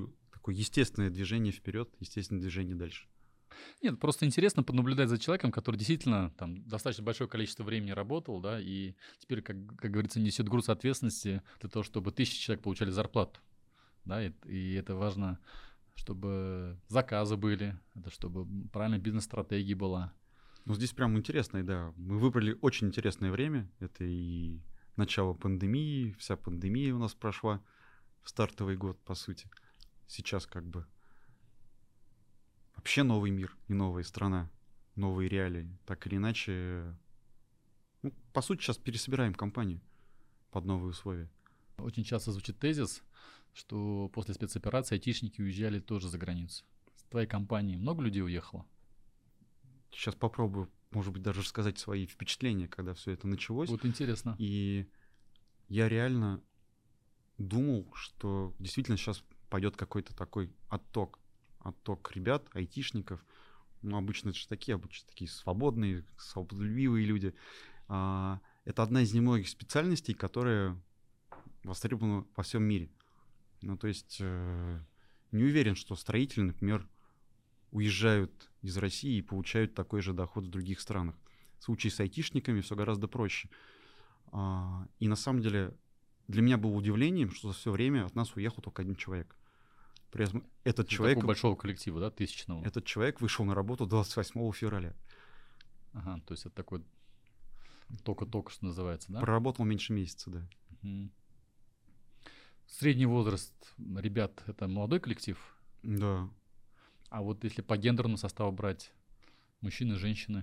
такое естественное движение вперед, естественное движение дальше. Нет, просто интересно понаблюдать за человеком, который действительно там достаточно большое количество времени работал, да, и теперь, как говорится, несет груз ответственности для того, чтобы 1000 человек получали зарплату, да, и это важно, чтобы заказы были, это чтобы правильная бизнес-стратегия была. Ну, здесь прям интересно, да. Мы выбрали очень интересное время. Это и начало пандемии, вся пандемия у нас прошла в стартовый год, по сути. Сейчас как бы вообще новый мир и новая страна, новые реалии. Так или иначе, ну, по сути, сейчас пересобираем компанию под новые условия. Очень часто звучит тезис, что после спецоперации айтишники уезжали тоже за границу. С твоей компании много людей уехало? Сейчас попробую, может быть, даже сказать свои впечатления, когда все это началось. Вот интересно. И я реально думал, что действительно сейчас пойдет какой-то такой отток ребят, айтишников. Ну, обычно это же такие свободные, свободолюбивые люди. Это одна из немногих специальностей, которая востребована во всем мире. Ну, то есть не уверен, что строители, например, уезжают из России и получают такой же доход в других странах. В случае с айтишниками все гораздо проще. И на самом деле для меня было удивлением, что за все время от нас уехал только один человек. При этом этот человек... Такого большого коллектива, да, тысячного? Этот человек вышел на работу 28 февраля. Ага, то есть это такой только-только, что называется, да? Проработал меньше месяца, да. Угу. Средний возраст ребят — это молодой коллектив? Да. А вот если по гендерному составу брать мужчины, женщины,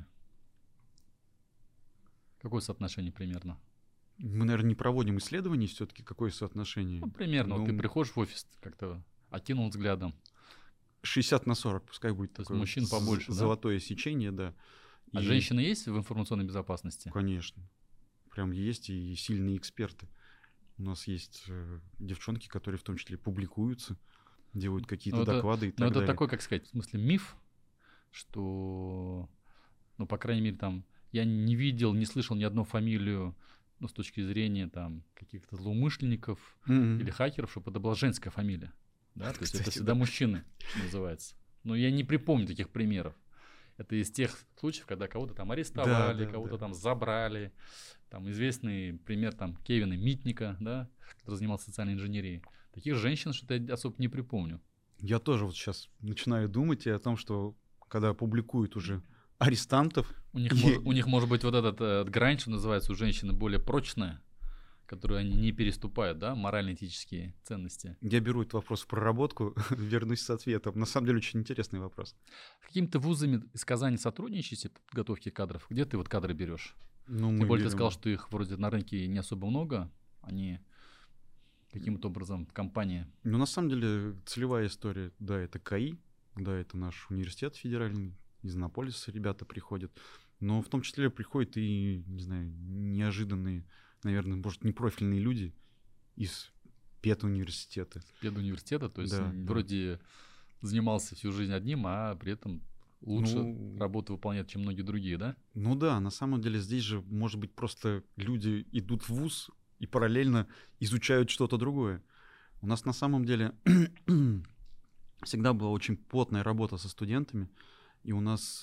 какое соотношение примерно? Мы, наверное, не проводим исследований все-таки, какое соотношение. Ну, примерно. Вот ты приходишь в офис, как-то окинул взглядом. 60/40, пускай будет То такое. есть мужчин побольше, золотое сечение, да. А женщины есть в информационной безопасности? Конечно. Прям есть и сильные эксперты. У нас есть девчонки, которые в том числе публикуются, делают какие-то доклады и так далее. Но это такой, как сказать, в смысле миф, что, ну, по крайней мере, там, я не видел, не слышал ни одну фамилию, ну, с точки зрения там каких-то злоумышленников или хакеров, чтобы это была женская фамилия. Да? То есть это всегда мужчины, что называется. Но я не припомню таких примеров. Это из тех случаев, когда кого-то там арестовали, кого-то там забрали. Там известный пример там Кевина Митника, да, который занимался социальной инженерией. Таких женщин что-то я особо не припомню. Я тоже вот сейчас начинаю думать и о том, что когда публикуют уже арестантов... У них может быть вот этот грань, что называется, у женщины более прочная, которую они не переступают, да, морально-этические ценности. Я беру этот вопрос в проработку, вернусь с ответом. На самом деле очень интересный вопрос. С какими-то вузами из Казани сотрудничаете по подготовке кадров? Где ты вот кадры берешь? Ну, Тем более ты сказал, что их вроде на рынке не особо много, они каким-то образом в компании. Ну, на самом деле, целевая история, да, это КАИ, да, это наш университет федеральный, из Иннополиса ребята приходят, но в том числе приходят и, не знаю, неожиданные, наверное, может, непрофильные люди из педуниверситета. Педуниверситета, то есть вроде занимался всю жизнь одним, а при этом лучше работу выполняет, чем многие другие, да? Ну да, на самом деле здесь же, может быть, просто люди идут в вуз и параллельно изучают что-то другое. У нас на самом деле всегда была очень плотная работа со студентами, и у нас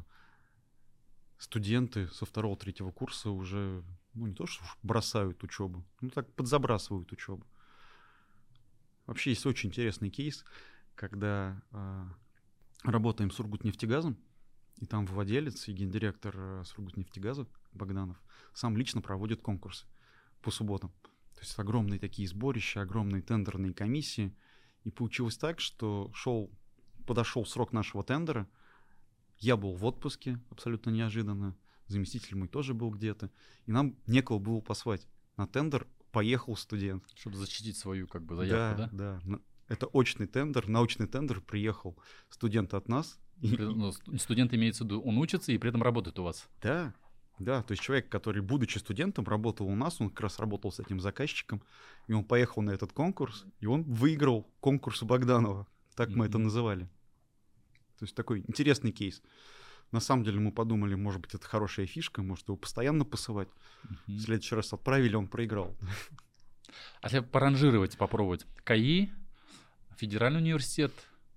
студенты со 2-3 курса уже, ну не то что бросают учебу, ну так подзабрасывают учебу. Вообще есть очень интересный кейс, когда работаем с Сургутнефтегазом, и там владелец и гендиректор Сургутнефтегаза Богданов сам лично проводит конкурсы по субботам. То есть огромные такие сборища, огромные тендерные комиссии. И получилось так, что подошел срок нашего тендера, я был в отпуске абсолютно неожиданно, заместитель мой тоже был где-то, и нам некого было послать. На тендер поехал студент. Чтобы защитить свою как бы заявку, да? Да, да. Это очный тендер, научный тендер, приехал студент от нас. Студент имеется в виду, он учится и при этом работает у вас? Да, да, то есть человек, который, будучи студентом, работал у нас, он как раз работал с этим заказчиком, и он поехал на этот конкурс, и он выиграл конкурс у Богданова, так мы это называли. То есть такой интересный кейс. На самом деле мы подумали, может быть, это хорошая фишка, может его постоянно посылать. В следующий раз отправили, он проиграл. А если поранжировать, попробовать. КАИ, Федеральный университет,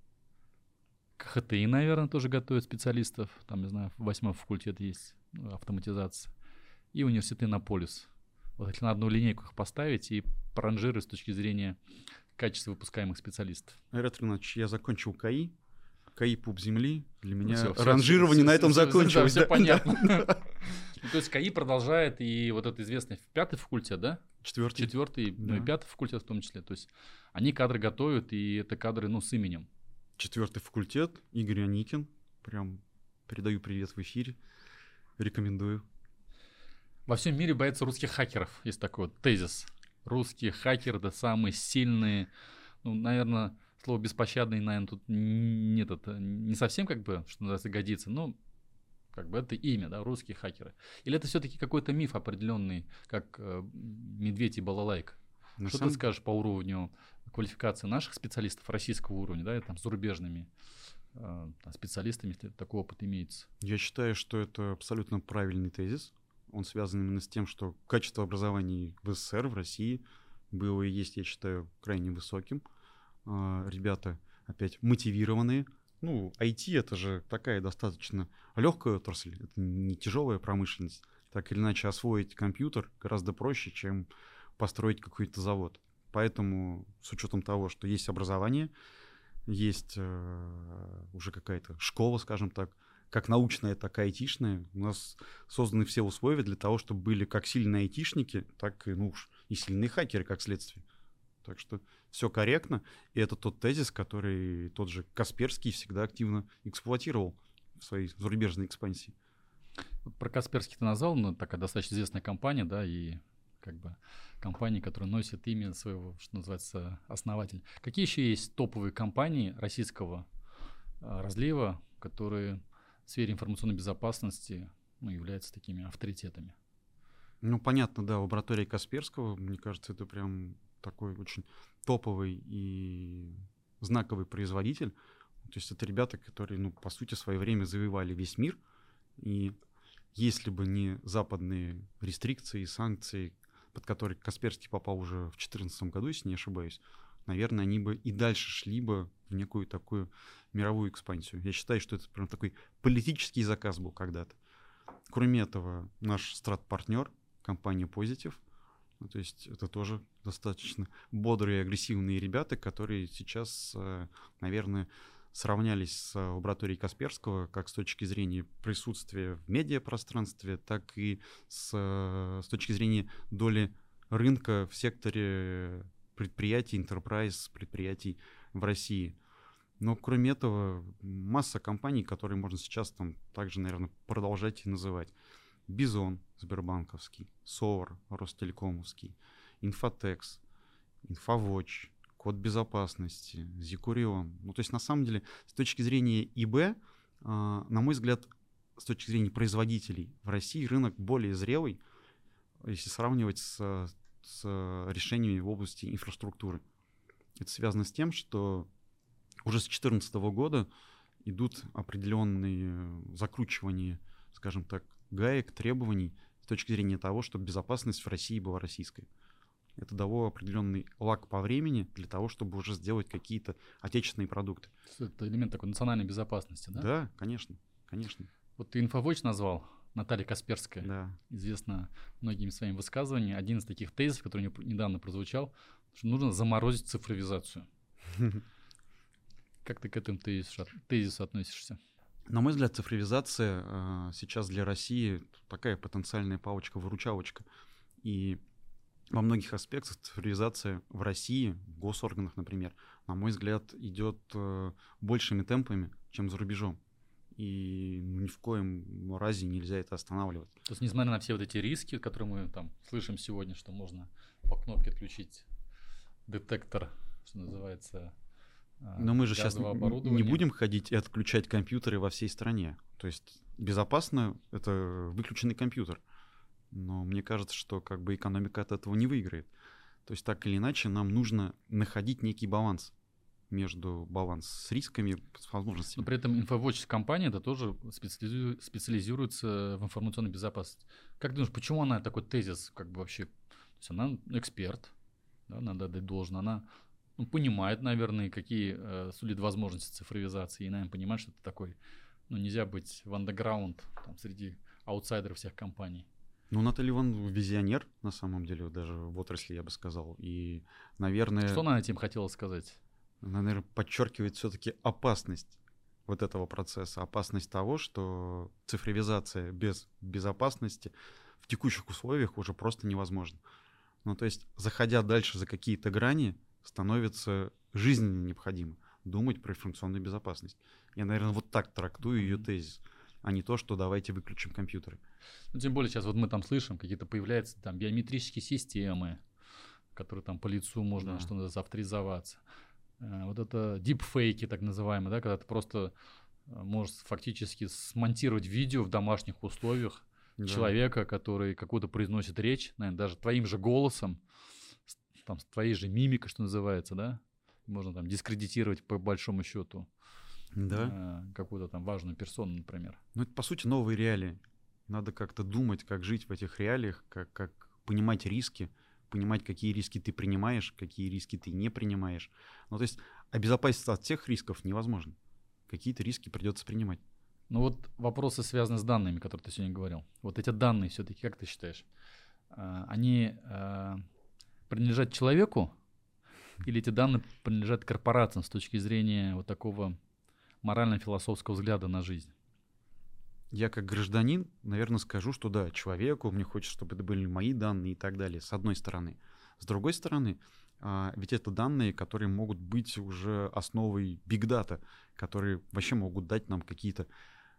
КХТИ, наверное, тоже готовит специалистов. Там, не знаю, 8-й факультет есть, автоматизация. И университет Иннополис. Вот если на одну линейку их поставить и проранжировать с точки зрения качества выпускаемых специалистов. Айрат Ринатович, я закончил КАИ. КАИ пуп земли. Для меня Всё, ранжирование на этом закончилось. Все понятно. То есть КАИ продолжает, и вот это известный 5-й факультет, да? 4-й. 4-й, ну и 5-й факультет в том числе. То есть они кадры готовят, и это кадры, ну, с именем. 4-й факультет. Игорь Аникин. Прям передаю привет в эфире. Рекомендую. Во всем мире боятся русских хакеров. Есть такой вот тезис. Русские хакеры — это самые сильные. Ну, наверное, слово «беспощадный», наверное, тут нет, это не совсем, как бы, что называется, годится. Но как бы это имя, да, русские хакеры. Или это все-таки какой-то миф определенный, как медведь и балалайка? Что ты скажешь по уровню квалификации наших специалистов российского уровня, да, и там с зарубежными специалистами, если такой опыт имеется? Я считаю, что это абсолютно правильный тезис. Он связан именно с тем, что качество образования в СССР, в России было и есть, я считаю, крайне высоким. Ребята, опять, мотивированные. Ну, IT — это же такая достаточно легкая отрасль, это не тяжелая промышленность. Так или иначе, освоить компьютер гораздо проще, чем построить какой-то завод. Поэтому, с учетом того, что есть образование, есть уже какая-то школа, скажем так, как научная, так и айтишная, у нас созданы все условия для того, чтобы были как сильные айтишники, так и, ну уж, и сильные хакеры, как следствие. Так что все корректно, и это тот тезис, который тот же Касперский всегда активно эксплуатировал в своей зарубежной экспансии. Вот про Касперский ты назвал, но такая достаточно известная компания, да, и как бы компания, которая носит имя своего, что называется, основателя. Какие еще есть топовые компании российского разлива, которые в сфере информационной безопасности, ну, являются такими авторитетами? Ну, понятно, да, лаборатория Касперского, мне кажется, это прям такой очень топовый и знаковый производитель. То есть это ребята, которые, ну, по сути, в свое время завоевали весь мир. И если бы не западные рестрикции и санкции, под которые Касперский попал уже в 2014 году, если не ошибаюсь, наверное, они бы и дальше шли бы в некую такую мировую экспансию. Я считаю, что это прям такой политический заказ был когда-то. Кроме этого, наш страт-партнер, компания Positive, ну, то есть это тоже достаточно бодрые и агрессивные ребята, которые сейчас, наверное, сравнялись с лабораторией Касперского как с точки зрения присутствия в медиапространстве, так и с точки зрения доли рынка в секторе предприятий, enterprise предприятий в России. Но кроме этого, масса компаний, которые можно сейчас там также, наверное, продолжать и называть. Бизон Сбербанковский, СОВР Ростелекомовский, Инфотекс, Инфовоч, Код безопасности, Зикурион. Ну, то есть, на самом деле, с точки зрения ИБ, на мой взгляд, с точки зрения производителей в России рынок более зрелый, если сравнивать с решениями в области инфраструктуры. Это связано с тем, что уже с 2014 года идут определенные закручивания, скажем так, гаек, требований с точки зрения того, чтобы безопасность в России была российской. Это дало определенный лаг по времени для того, чтобы уже сделать какие-то отечественные продукты. Это элемент такой национальной безопасности, да? Да, конечно, конечно. Вот ты Инфовоч назвал, Наталья Касперская, Да. известна многими своими высказываниями. Один из таких тезисов, который недавно прозвучал, что нужно заморозить цифровизацию. Как ты к этому тезису относишься? На мой взгляд, цифровизация сейчас для России такая потенциальная палочка-выручалочка. И во многих аспектах цифровизация в России, в госорганах, например, на мой взгляд, идет большими темпами, чем за рубежом. И ни в коем разе нельзя это останавливать. То есть, несмотря на все вот эти риски, которые мы там слышим сегодня, что можно по кнопке отключить детектор, что называется, но мы же сейчас не будем ходить и отключать компьютеры во всей стране. То есть безопасно — это выключенный компьютер. Но мне кажется, что как бы экономика от этого не выиграет. То есть так или иначе нам нужно находить некий баланс между баланс с рисками, с возможностями. Но при этом Инфовоч компания это тоже специализируется в информационной безопасности. Как ты думаешь, почему она такой тезис как бы вообще? То есть она эксперт, да, надо отдать должное, она понимает, наверное, какие сулит возможности цифровизации, и, наверное, понимает, что это такой, нельзя быть в андеграунд среди аутсайдеров всех компаний. Наталья Ивановна визионер, на самом деле, даже в отрасли, я бы сказал. И, наверное... Что она этим хотела сказать? Она, наверное, подчеркивает все-таки опасность вот этого процесса, опасность того, что цифровизация без безопасности в текущих условиях уже просто невозможна. То есть, заходя дальше за какие-то грани, становится жизненно необходимо думать про информационную безопасность. Я, наверное, вот так трактую ее тезис, а не то, что давайте выключим компьютеры. Тем более сейчас вот мы там слышим, какие-то появляются там биометрические системы, которые там по лицу можно, что называется, авторизоваться. Вот это дипфейки, так называемые, да, когда ты просто можешь фактически смонтировать видео в домашних условиях человека, который какую-то произносит речь, наверное, даже твоим же голосом, там, с твоей же мимикой, что называется, да, можно там дискредитировать по большому счету какую-то там важную персону, например. Это, по сути, новые реалии. Надо как-то думать, как жить в этих реалиях, как понимать риски, понимать, какие риски ты принимаешь, какие риски ты не принимаешь. То есть обезопаситься от всех рисков невозможно. Какие-то риски придется принимать. Вот вопросы, связанные с данными, которые ты сегодня говорил. Вот эти данные все-таки, как ты считаешь, они принадлежат человеку или эти данные принадлежат корпорациям с точки зрения вот такого морально-философского взгляда на жизнь? Я как гражданин, наверное, скажу, что да, человеку, мне хочется, чтобы это были мои данные и так далее, с одной стороны. С другой стороны, ведь это данные, которые могут быть уже основой биг-дата, которые вообще могут дать нам какие-то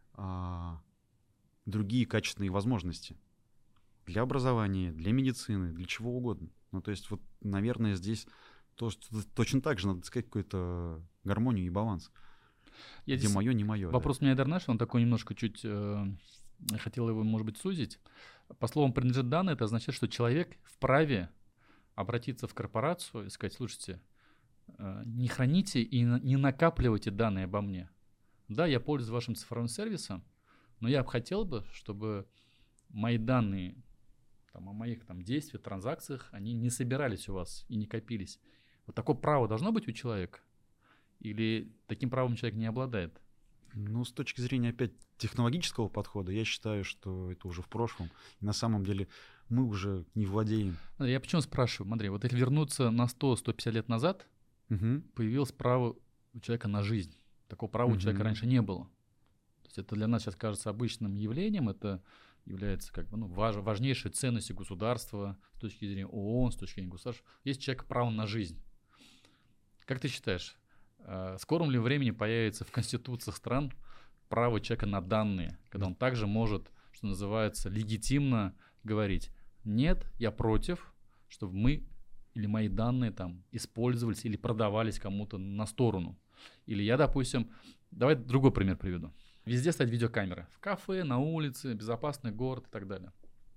другие качественные возможности для образования, для медицины, для чего угодно. То есть вот, наверное, здесь точно так же надо искать какую-то гармонию и баланс. Где мое, не мое. Вопрос у меня, Дарнаш, он такой немножко чуть... хотел его, может быть, сузить. По словам «принадлежит данные», это означает, что человек вправе обратиться в корпорацию и сказать: слушайте, не храните и не накапливайте данные обо мне. Да, я пользуюсь вашим цифровым сервисом, но я бы хотел бы, чтобы мои данные о моих действиях, транзакциях, они не собирались у вас и не копились. Вот такое право должно быть у человека? Или таким правом человек не обладает? С точки зрения, опять, технологического подхода, я считаю, что это уже в прошлом. И на самом деле мы уже не владеем. Я почему спрашиваю? Смотри, вот если вернуться на 100-150 лет назад, появилось право у человека на жизнь. Такого права у человека раньше не было. То есть это для нас сейчас кажется обычным явлением, это является важнейшей ценностью государства с точки зрения ООН, с точки зрения государства. Есть у человека право на жизнь. Как ты считаешь, в скором ли времени появится в конституциях стран право человека на данные, когда он также может, что называется, легитимно говорить: нет, я против, чтобы мы или мои данные использовались или продавались кому-то на сторону. Или я, допустим, давай другой пример приведу. Везде стоят видеокамеры. В кафе, на улице, безопасный город и так далее.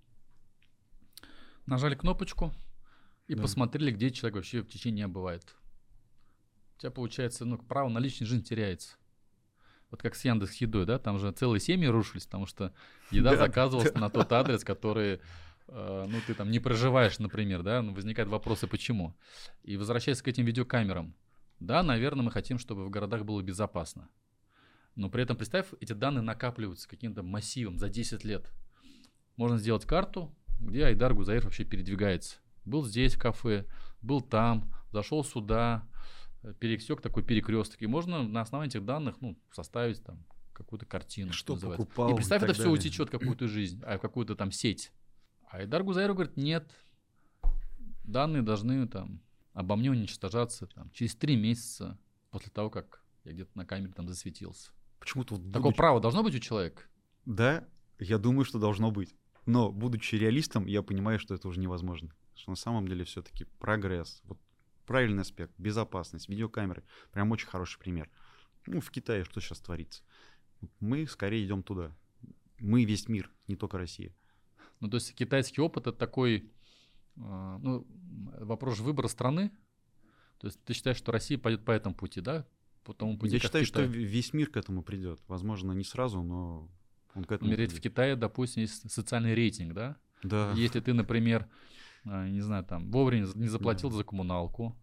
Нажали кнопочку и посмотрели, где человек вообще в течение дня бывает. У тебя, получается, право на личную жизнь теряется. Вот как с Яндекс.Едой, да, там же целые семьи рушились, потому что еда заказывалась на тот адрес, который, ты там не проживаешь, например, да, возникают вопросы, почему. И возвращаясь к этим видеокамерам, да, наверное, мы хотим, чтобы в городах было безопасно. Но при этом, представь, эти данные накапливаются каким-то массивом за 10 лет. Можно сделать карту, где Айдар Гузаиров вообще передвигается. Был здесь в кафе, был там, зашел сюда, пересек такой перекресток. И можно на основании этих данных составить какую-то картину. Что покупал. И представь, это все утечет в какую-то жизнь, в какую-то сеть. А Айдар Гузаиров говорит: нет, данные должны обо мне уничтожаться через 3 месяца после того, как я где-то на камере засветился. Почему-то такое право должно быть у человека? Да, я думаю, что должно быть. Но, будучи реалистом, я понимаю, что это уже невозможно. Что на самом деле все-таки прогресс, правильный аспект, безопасность, видеокамеры, прям очень хороший пример. В Китае что сейчас творится? Мы скорее идем туда. Мы весь мир, не только Россия. То есть китайский опыт — это такой, вопрос выбора страны. То есть ты считаешь, что Россия пойдет по этому пути, да? По тому пути, я считаю, что весь мир к этому придет. Возможно, не сразу, но он к этому придет. В Китае, допустим, есть социальный рейтинг, да? Да. Если ты, например, не знаю, вовремя не заплатил за коммуналку,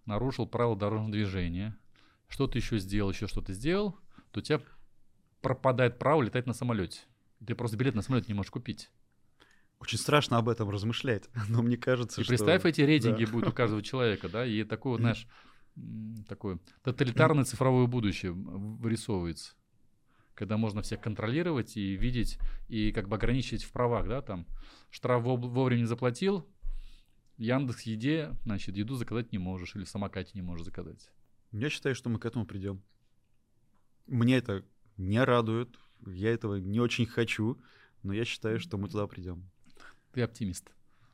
нарушил правила дорожного движения, что-то еще сделал, то у тебя пропадает право летать на самолете. Ты просто билет на самолет не можешь купить. Очень страшно об этом размышлять, но мне кажется, и что... представь, эти рейтинги да. будут у каждого человека, да, и такое, знаешь, такое тоталитарное цифровое будущее вырисовывается, когда можно всех контролировать и видеть, и как бы ограничить в правах, да, там, штраф вовремя не заплатил, Яндекс.Еде, значит, еду заказать не можешь, или в самокате не можешь заказать. Я считаю, что мы к этому придем. Мне это не радует, я этого не очень хочу, но я считаю, что мы туда придем. Ты оптимист.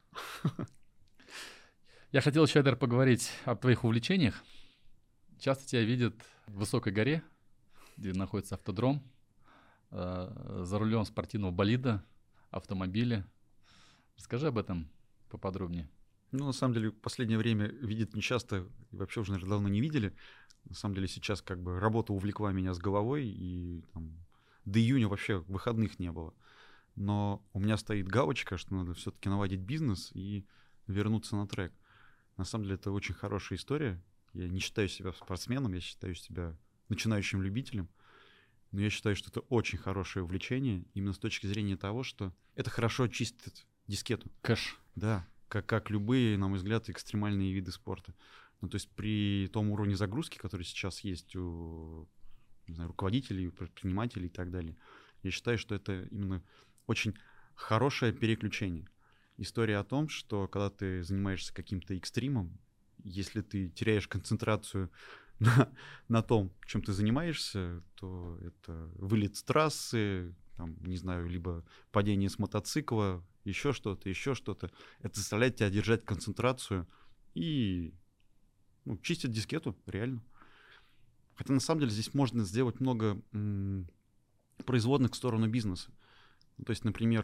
Я хотел еще, Айдар, поговорить об твоих увлечениях. Часто тебя видят в высокой горе, где находится автодром, за рулем спортивного болида, автомобиля. Расскажи об этом поподробнее. Ну, на самом деле, в последнее время видят нечасто, и вообще уже, наверное, давно не видели. На самом деле, сейчас как бы работа увлекла меня с головой, и там, до июня вообще выходных не было. Но у меня стоит галочка, что надо все-таки наладить бизнес и вернуться на трек. На самом деле это очень хорошая история. Я не считаю себя спортсменом, я считаю себя начинающим любителем. Но я считаю, что это очень хорошее увлечение, именно с точки зрения того, что это хорошо чистит дискету. Кэш. Да, как любые, на мой взгляд, экстремальные виды спорта. Ну, то есть при том уровне загрузки, который сейчас есть у, не знаю, руководителей, предпринимателей и так далее, я считаю, что это именно очень хорошее переключение. История о том, что когда ты занимаешься каким-то экстримом, если ты теряешь концентрацию на том, чем ты занимаешься, то это вылет с трассы, там, не знаю, либо падение с мотоцикла, еще что-то. Это заставляет тебя держать концентрацию и чистит дискету, реально. Хотя на самом деле здесь можно сделать много производных в сторону бизнеса. То есть, например,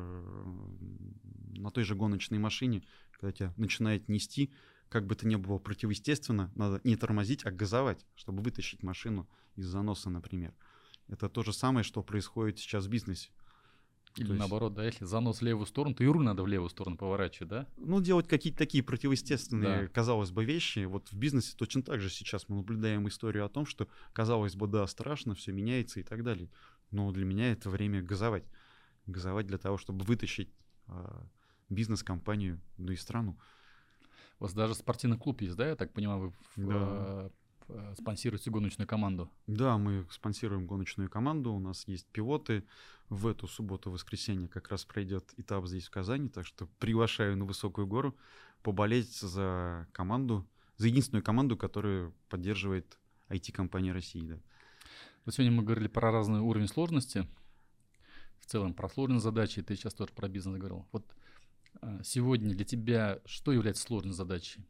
на той же гоночной машине, когда тебя начинает нести, как бы это ни было противоестественно, надо не тормозить, а газовать, чтобы вытащить машину из заноса, например. Это то же самое, что происходит сейчас в бизнесе. Или наоборот, да, если занос в левую сторону, то и руль надо в левую сторону поворачивать, да? Ну, делать какие-то такие противоестественные, казалось бы, вещи. Вот в бизнесе точно так же сейчас мы наблюдаем историю о том, что, казалось бы, да, страшно, все меняется и так далее. Но для меня это время газовать. Газовать для того, чтобы вытащить бизнес-компанию, и страну. У вас даже спортивный клуб есть, да, я так понимаю, вы спонсируете гоночную команду? Да, мы спонсируем гоночную команду, у нас есть пилоты. В эту субботу-воскресенье как раз пройдет этап здесь в Казани, так что приглашаю на высокую гору поболеть за команду, за единственную команду, которую поддерживает IT-компания России. Да. Вот сегодня мы говорили про разный уровень сложности, в целом про сложные задачи, ты сейчас тоже про бизнес говорил. Вот сегодня для тебя что является сложной задачей?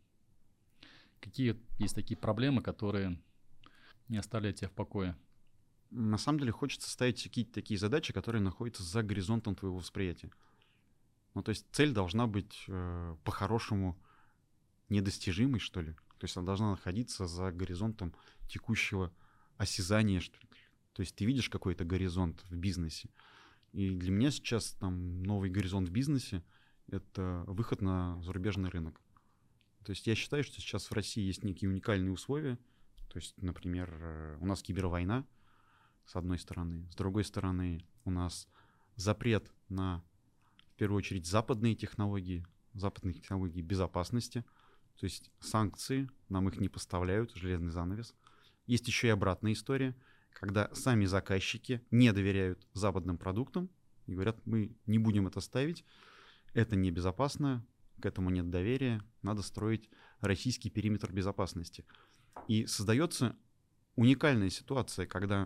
Какие есть такие проблемы, которые не оставляют тебя в покое? На самом деле хочется ставить какие-то такие задачи, которые находятся за горизонтом твоего восприятия. Ну, то есть цель должна быть по-хорошему недостижимой, что ли. То есть она должна находиться за горизонтом текущего осязания, что ли. То есть ты видишь какой-то горизонт в бизнесе. И для меня сейчас там новый горизонт в бизнесе — это выход на зарубежный рынок. То есть я считаю, что сейчас в России есть некие уникальные условия. То есть, например, у нас кибервойна, с одной стороны. С другой стороны, у нас запрет на, в первую очередь, западные технологии безопасности. То есть санкции, нам их не поставляют, железный занавес. Есть еще и обратная история, когда сами заказчики не доверяют западным продуктам и говорят, мы не будем это ставить, это небезопасно, к этому нет доверия, надо строить российский периметр безопасности. И создается уникальная ситуация, когда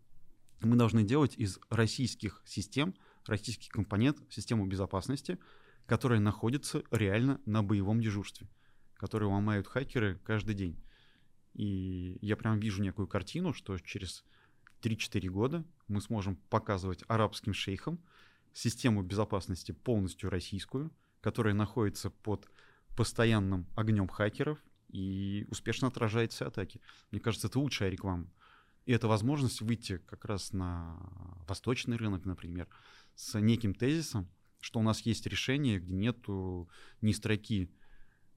мы должны делать из российских систем, российских компонентов систему безопасности, которая находится реально на боевом дежурстве, которую ломают хакеры каждый день. И я прям вижу некую картину, что через 3-4 года мы сможем показывать арабским шейхам систему безопасности полностью российскую, которая находится под постоянным огнем хакеров и успешно отражает все атаки. Мне кажется, это лучшая реклама. И это возможность выйти как раз на восточный рынок, например, с неким тезисом, что у нас есть решение, где нету ни строки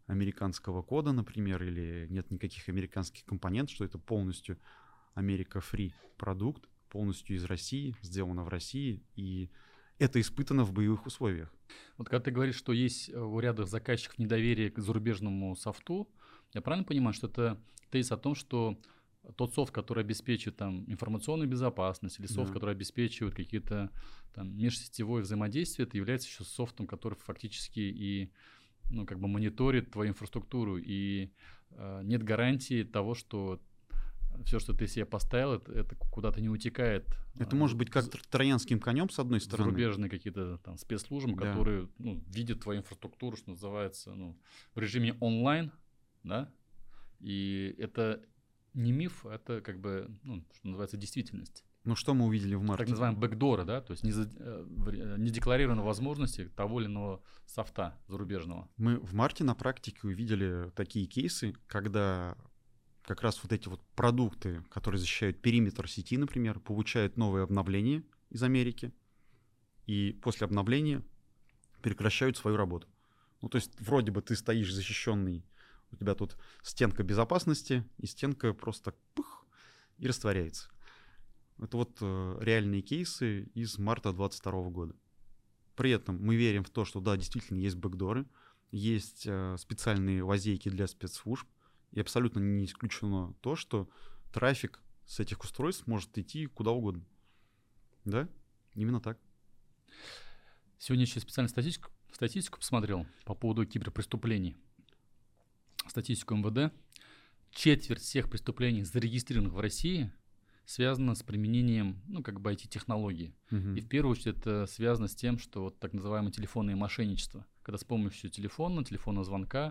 американского кода, например, или нет никаких американских компонентов, что это полностью Америка-фри продукт, полностью из России, сделано в России, и это испытано в боевых условиях. Вот когда ты говоришь, что есть у ряда заказчиков недоверие к зарубежному софту, я правильно понимаю, что это тезис о том, что тот софт, который обеспечивает там информационную безопасность, или софт, который обеспечивает какие-то там межсетевое взаимодействие, это является еще софтом, который фактически и как бы мониторит твою инфраструктуру, и нет гарантии того, что все, что ты себе поставил, это куда-то не утекает. Это может быть как троянским конем, с одной стороны. Зарубежные какие-то там спецслужбы, которые видят твою инфраструктуру, что называется, в режиме онлайн, да, и это не миф, это как бы, что называется, действительность. Ну, что мы увидели в марте? Так называемые бэкдоры, да, то есть недекларированные возможности того или иного софта зарубежного. Мы в марте на практике увидели такие кейсы, когда как раз вот эти вот продукты, которые защищают периметр сети, например, получают новые обновления из Америки, и после обновления прекращают свою работу. Ну, то есть вроде бы ты стоишь защищенный, у тебя тут стенка безопасности, и стенка просто пух, и растворяется. Это вот реальные кейсы из марта 2022 года. При этом мы верим в то, что да, действительно есть бэкдоры, есть специальные лазейки для спецслужб, и абсолютно не исключено то, что трафик с этих устройств может идти куда угодно. Да, именно так. Сегодня еще специальную статистику посмотрел по поводу киберпреступлений. Статистику МВД. Четверть всех преступлений, зарегистрированных в России, связано с применением, IT-технологий. И в первую очередь это связано с тем, что вот так называемое телефонное мошенничество, когда с помощью телефонного звонка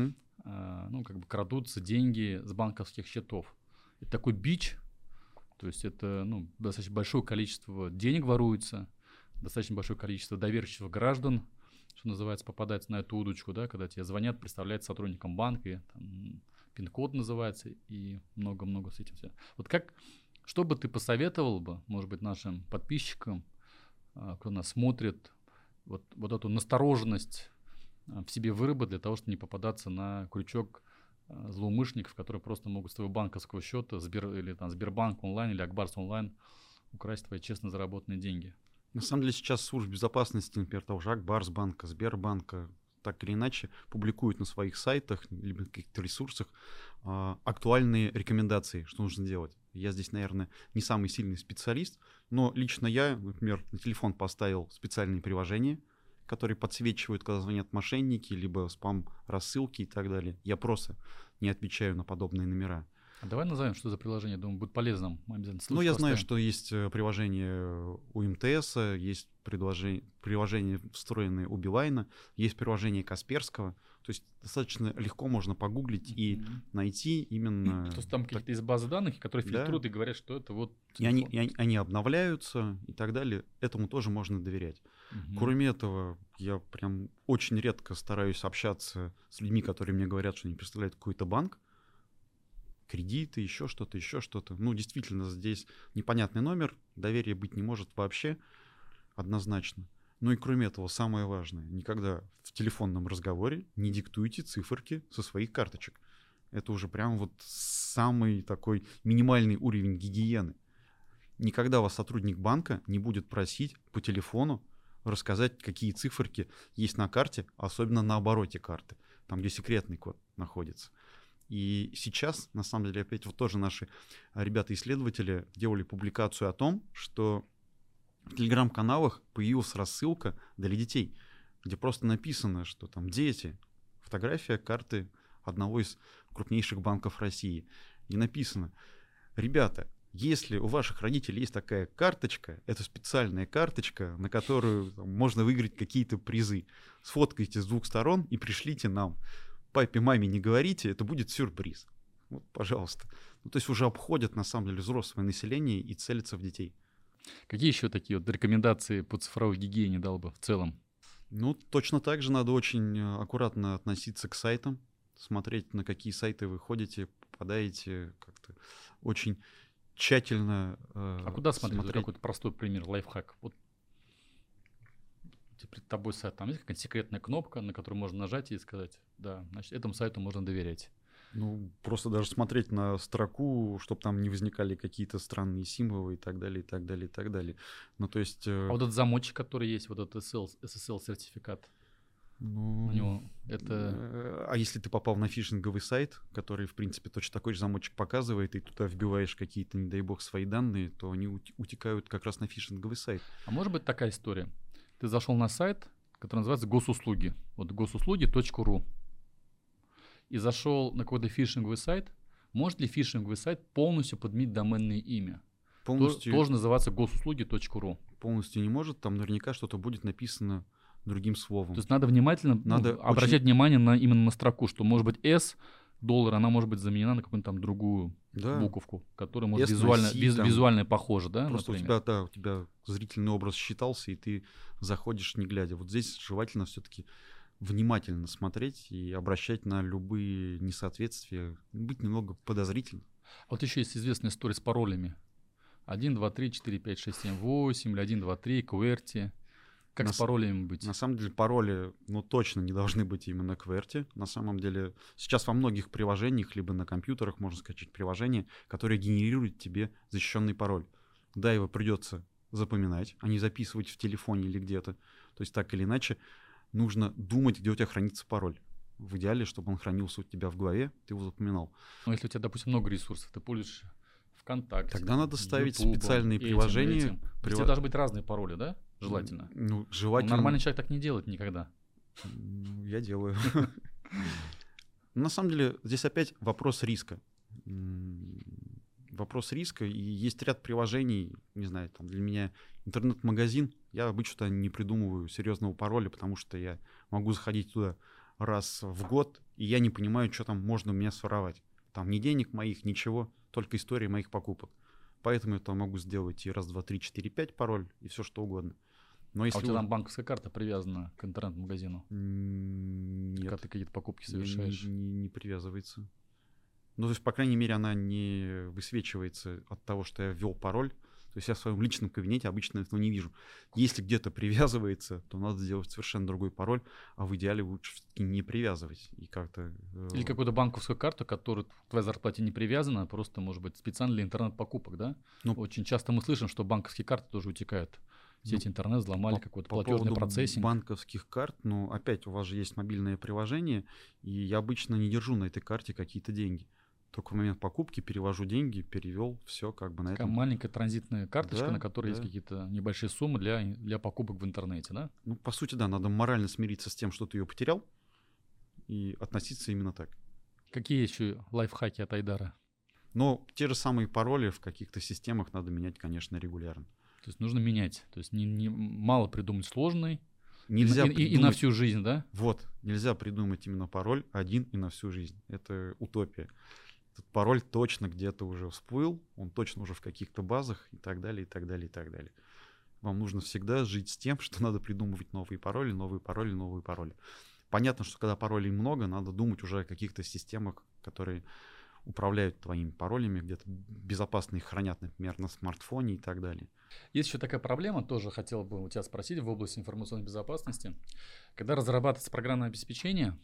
крадутся деньги с банковских счетов. Это такой бич, то есть это достаточно большое количество денег воруется, достаточно большое количество доверчивых граждан, что называется, попадается на эту удочку, да, когда тебе звонят, представляются сотрудником банка, и, там, пин-код называется, и много-много с этим. Вот что бы ты посоветовал бы, может быть, нашим подписчикам, кто нас смотрит, вот эту настороженность в себе выработать для того, чтобы не попадаться на крючок злоумышленников, которые просто могут с твоего банковского счета, или там Сбербанк онлайн, или Акбарс онлайн украсть твои честно заработанные деньги? На самом деле сейчас служба безопасности, например, того же Акбарсбанка, Сбербанка, так или иначе публикуют на своих сайтах либо на каких-то ресурсах актуальные рекомендации, что нужно делать. Я здесь, наверное, не самый сильный специалист, но лично я, например, на телефон поставил специальные приложения, которые подсвечивают, когда звонят мошенники, либо спам-рассылки и так далее. Я просто не отвечаю на подобные номера. А давай назовем, что за приложение, думаю, будет полезно. Ну, я знаю, что есть приложение у МТС, есть приложение, встроенное у Билайна, есть приложение Касперского. То есть достаточно легко можно погуглить и найти именно... То есть там какие-то из базы данных, которые фильтруют и говорят, что это вот... И они обновляются и так далее. Этому тоже можно доверять. Кроме этого, я прям очень редко стараюсь общаться с людьми, которые мне говорят, что они представляют какой-то банк, кредиты, еще что-то. Ну, действительно, здесь непонятный номер, доверия быть не может вообще, однозначно. Ну и кроме этого, самое важное, никогда в телефонном разговоре не диктуйте циферки со своих карточек. Это уже прям вот самый такой минимальный уровень гигиены. Никогда вас сотрудник банка не будет просить по телефону рассказать, какие циферки есть на карте, особенно на обороте карты, там, где секретный код находится. И сейчас, на самом деле, опять вот тоже наши ребята-исследователи делали публикацию о том, что в телеграм-каналах появилась рассылка для детей, где просто написано, что там дети, фотография карты одного из крупнейших банков России. И написано: ребята, если у ваших родителей есть такая карточка, это специальная карточка, на которую можно выиграть какие-то призы, сфоткайте с 2 сторон и пришлите нам. Папе, маме не говорите, это будет сюрприз. Вот, пожалуйста. Ну, то есть уже обходят, на самом деле, взрослое население и целятся в детей. Какие еще такие вот рекомендации по цифровой гигиене дал бы в целом? Ну, точно так же надо очень аккуратно относиться к сайтам, смотреть, на какие сайты вы ходите, попадаете, как-то очень тщательно А куда смотреть? Какой-то простой пример, лайфхак. Вот перед тобой сайт, там есть какая-то секретная кнопка, на которую можно нажать и сказать, да, значит, этому сайту можно доверять. Ну, просто даже смотреть на строку, чтобы там не возникали какие-то странные символы и так далее, и так далее, и так далее. Ну, то есть... А вот этот замочек, который есть, вот этот SSL-сертификат, Ну, у него это... А если ты попал на фишинговый сайт, который, в принципе, точно такой же замочек показывает, и туда вбиваешь какие-то, не дай бог, свои данные, то они утекают как раз на фишинговый сайт. А может быть такая история? Ты зашел на сайт, который называется госуслуги. Вот госуслуги.ру. И зашел на какой-то фишинговый сайт. Может ли фишинговый сайт полностью подменить доменное имя? Полностью, Тоже называться госуслуги.ру. полностью не может, там наверняка что-то будет написано другим словом. То есть надо внимательно обращать внимание именно на строку, что может быть S доллар, она может быть заменена на какую-нибудь там другую буковку, которая может визуально похожа, да? Просто у тебя зрительный образ считался, и ты заходишь не глядя. Вот здесь желательно все-таки внимательно смотреть и обращать на любые несоответствия, быть немного подозрительным. Вот еще есть известная история с паролями. 1, 2, 3, 4, 5, 6, 7, 8, или 1, 2, 3, QWERTY. Как с паролями быть? На самом деле пароли, точно не должны быть именно QWERTY. На самом деле сейчас во многих приложениях, либо на компьютерах можно скачать приложение, которое генерирует тебе защищенный пароль. Да, его придется запоминать, а не записывать в телефоне или где-то. То есть так или иначе нужно думать, где у тебя хранится пароль. В идеале, чтобы он хранился у тебя в голове, ты его запоминал. Но если у тебя, допустим, много ресурсов, ты пользуешься ВКонтакте, тогда надо ставить YouTube, специальные приложения. Везде должны быть разные пароли, да? Желательно. Желательно. Нормальный человек так не делает никогда. Я делаю. На самом деле, здесь опять вопрос риска. Вопрос риска, и есть ряд приложений, не знаю, там для меня интернет-магазин, я обычно не придумываю серьезного пароля, потому что я могу заходить туда раз в год, и я не понимаю, что там можно у меня своровать. Там ни денег моих, ничего, только история моих покупок. Поэтому я там могу сделать и раз, два, три, четыре, пять пароль, и все что угодно. Но если у тебя там банковская карта привязана к интернет-магазину? Нет. Когда ты какие-то покупки совершаешь? Не привязывается. То есть, по крайней мере, она не высвечивается от того, что я ввел пароль. То есть я в своем личном кабинете обычно этого не вижу. Если где-то привязывается, то надо сделать совершенно другой пароль, а в идеале лучше все-таки не привязывать. И как-то... Или какую-то банковскую карту, которая к твоей зарплате не привязана, просто, может быть, специально для интернет-покупок, да? Очень часто мы слышим, что банковские карты тоже утекают. Сеть интернет взломали, какой-то платежный процессинг. Банковских карт, опять у вас же есть мобильное приложение, и я обычно не держу на этой карте какие-то деньги. Только в момент покупки перевожу деньги, перевел, все как бы на этом. Такая маленькая транзитная карточка, на которой есть какие-то небольшие суммы для покупок в интернете, да? По сути, да, надо морально смириться с тем, что ты ее потерял, и относиться именно так. Какие еще лайфхаки от Айдара? Те же самые пароли в каких-то системах надо менять, конечно, регулярно. То есть нужно менять. То есть мало придумать сложный нельзя и на всю жизнь, да? Вот, нельзя придумать именно пароль один и на всю жизнь. Это утопия. Этот пароль точно где-то уже всплыл, он точно уже в каких-то базах и так далее, и так далее, и так далее. Вам нужно всегда жить с тем, что надо придумывать новые пароли, новые пароли, новые пароли. Понятно, что когда паролей много, надо думать уже о каких-то системах, которые управляют твоими паролями, где-то безопасно их хранят, например, на смартфоне и так далее. Есть еще такая проблема, тоже хотел бы у тебя спросить в области информационной безопасности. Когда разрабатывается программное обеспечение,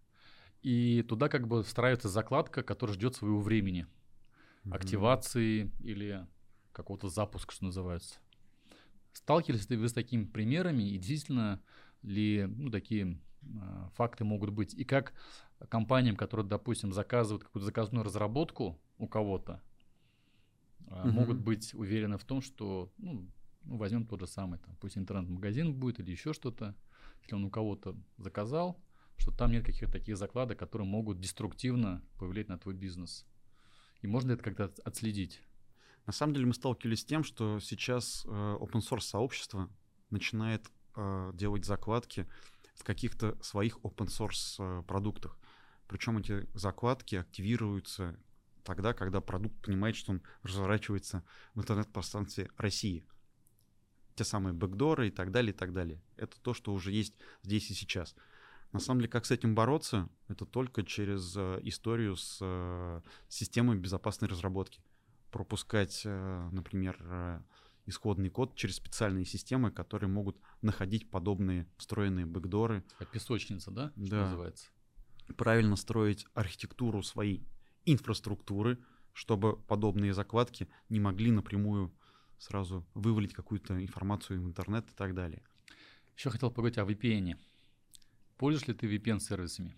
и туда как бы встраивается закладка, которая ждет своего времени, активации или какого-то запуска, что называется. Сталкивались ли вы с такими примерами, и действительно ли такие факты могут быть? И как компаниям, которые, допустим, заказывают какую-то заказную разработку у кого-то, могут быть уверены в том, что, возьмем тот же самый, пусть интернет-магазин будет или еще что-то, если он у кого-то заказал, что там нет каких-то таких закладок, которые могут деструктивно повлиять на твой бизнес. И можно ли это как-то отследить? На самом деле мы сталкивались с тем, что сейчас open-source сообщество начинает делать закладки в каких-то своих open-source продуктах. Причем эти закладки активируются тогда, когда продукт понимает, что он разворачивается в интернет-пространстве России. Те самые бэкдоры и так далее, и так далее. Это то, что уже есть здесь и сейчас. На самом деле, как с этим бороться, это только через историю с системой безопасной разработки. Пропускать, например, исходный код через специальные системы, которые могут находить подобные встроенные бэкдоры. Песочница, да? Что Да. называется? Правильно строить архитектуру своей инфраструктуры, чтобы подобные закладки не могли напрямую сразу вывалить какую-то информацию в интернет и так далее. Еще хотел поговорить о VPN. Пользуешь ли ты VPN-сервисами?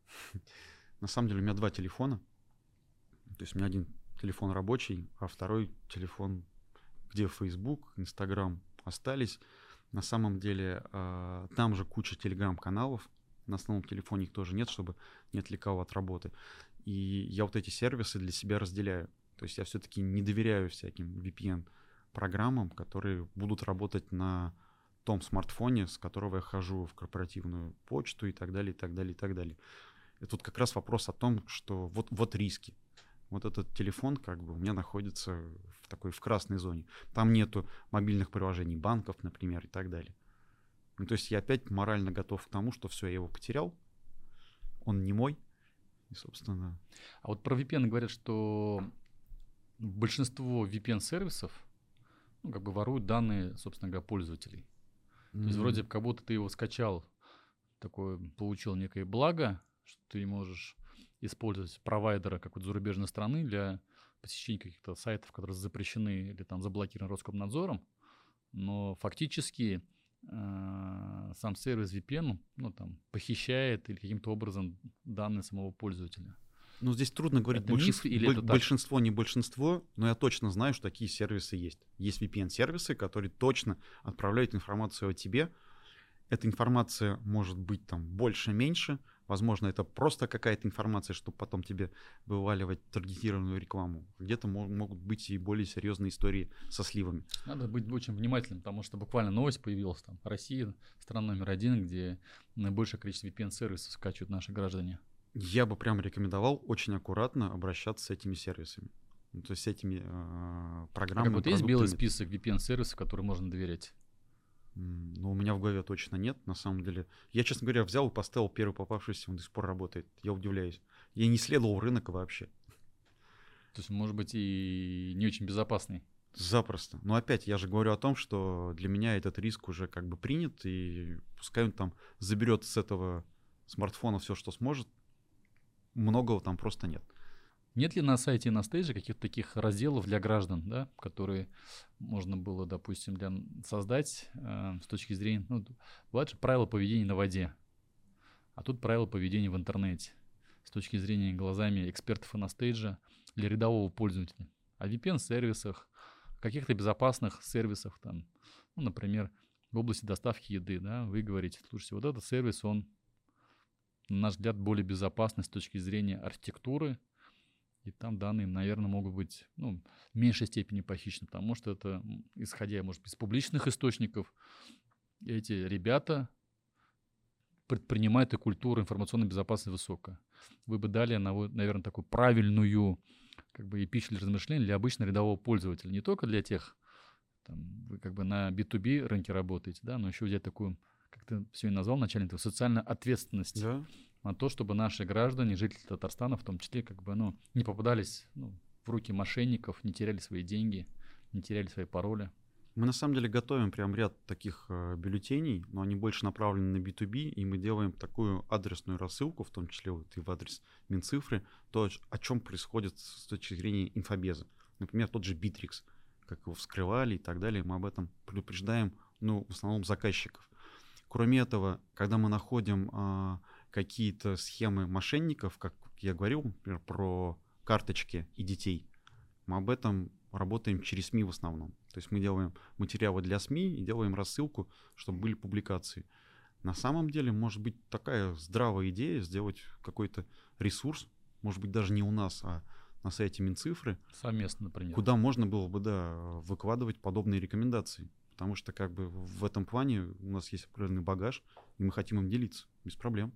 На самом деле у меня 2 телефона. То есть у меня один телефон рабочий, а второй телефон, где Facebook, Instagram остались. На самом деле там же куча телеграм-каналов. На основном телефоне их тоже нет, чтобы не отвлекало от работы. И я вот эти сервисы для себя разделяю. То есть я все-таки не доверяю всяким VPN-программам, которые будут работать на том смартфоне, с которого я хожу в корпоративную почту и так далее, и так далее, и так далее. И тут как раз вопрос о том, что вот риски. Вот этот телефон как бы у меня находится в красной зоне. Там нету мобильных приложений банков, например, и так далее. Ну, то есть я опять морально готов к тому, что все, я его потерял, он не мой, и, собственно... А вот про VPN говорят, что большинство VPN-сервисов как бы воруют данные, собственно говоря, пользователей. То есть вроде как будто ты его скачал, такое, получил некое благо, что ты можешь использовать провайдера какой-то зарубежной страны для посещения каких-то сайтов, которые запрещены или там заблокированы Роскомнадзором, но фактически сам сервис VPN там, похищает или каким-то образом данные самого пользователя. Ну, здесь трудно говорить это миф или это большинство, не большинство, но я точно знаю, что такие сервисы есть. Есть VPN-сервисы, которые точно отправляют информацию о тебе. Эта информация может быть там больше-меньше. Возможно, это просто какая-то информация, чтобы потом тебе вываливать таргетированную рекламу. Где-то могут быть и более серьезные истории со сливами. Надо быть очень внимательным, потому что буквально новость появилась там. Россия — страна номер 1, где наибольшее количество VPN-сервисов скачивают наши граждане. Я бы прям рекомендовал очень аккуратно обращаться с этими сервисами. То есть с этими программами. Как вот есть белый список VPN-сервисов, которые можно доверять? Ну, у меня в голове точно нет, на самом деле. Я, честно говоря, взял и поставил первый попавшийся, он до сих пор работает. Я удивляюсь. Я не исследовал рынок вообще. То есть, может быть, и не очень безопасный. Запросто. Но опять, я же говорю о том, что для меня этот риск уже как бы принят, и пускай он там заберет с этого смартфона все, что сможет, многого там просто нет. Нет ли на сайте InnoStage каких-то таких разделов для граждан, да, которые можно было, допустим, создать с точки зрения... бывает же правила поведения на воде, а тут правила поведения в интернете с точки зрения глазами экспертов InnoStage для рядового пользователя. О VPN-сервисах, каких-то безопасных сервисах, там, например, в области доставки еды, да, вы говорите, слушайте, вот этот сервис, он, на наш взгляд, более безопасный с точки зрения архитектуры, и там данные, наверное, могут быть в меньшей степени похищены, потому что это, исходя, может быть, из публичных источников, эти ребята предпринимают и культуру информационной безопасности высокая. Вы бы дали, наверное, такую правильную как бы и пищу для размышлений для обычного рядового пользователя, не только для тех, вы как бы на B2B рынке работаете, да, но еще взять такую, как ты сегодня назвал вначале, социальную ответственность. Да. На то, чтобы наши граждане, жители Татарстана в том числе, как бы, не попадались в руки мошенников, не теряли свои деньги, не теряли свои пароли. Мы на самом деле готовим прям ряд таких бюллетеней, но они больше направлены на B2B, и мы делаем такую адресную рассылку, в том числе вот и в адрес Минцифры, то, о чем происходит с точки зрения инфобеза. Например, тот же Bittrex, как его вскрывали и так далее, мы об этом предупреждаем, в основном заказчиков. Кроме этого, когда мы находим какие-то схемы мошенников, как я говорил, например, про карточки и детей, мы об этом работаем через СМИ в основном. То есть мы делаем материалы для СМИ и делаем рассылку, чтобы были публикации. На самом деле, может быть, такая здравая идея сделать какой-то ресурс, может быть, даже не у нас, а на сайте Минцифры. Совместно, например. Куда можно было бы, выкладывать подобные рекомендации. Потому что как бы в этом плане у нас есть определенный багаж, и мы хотим им делиться без проблем.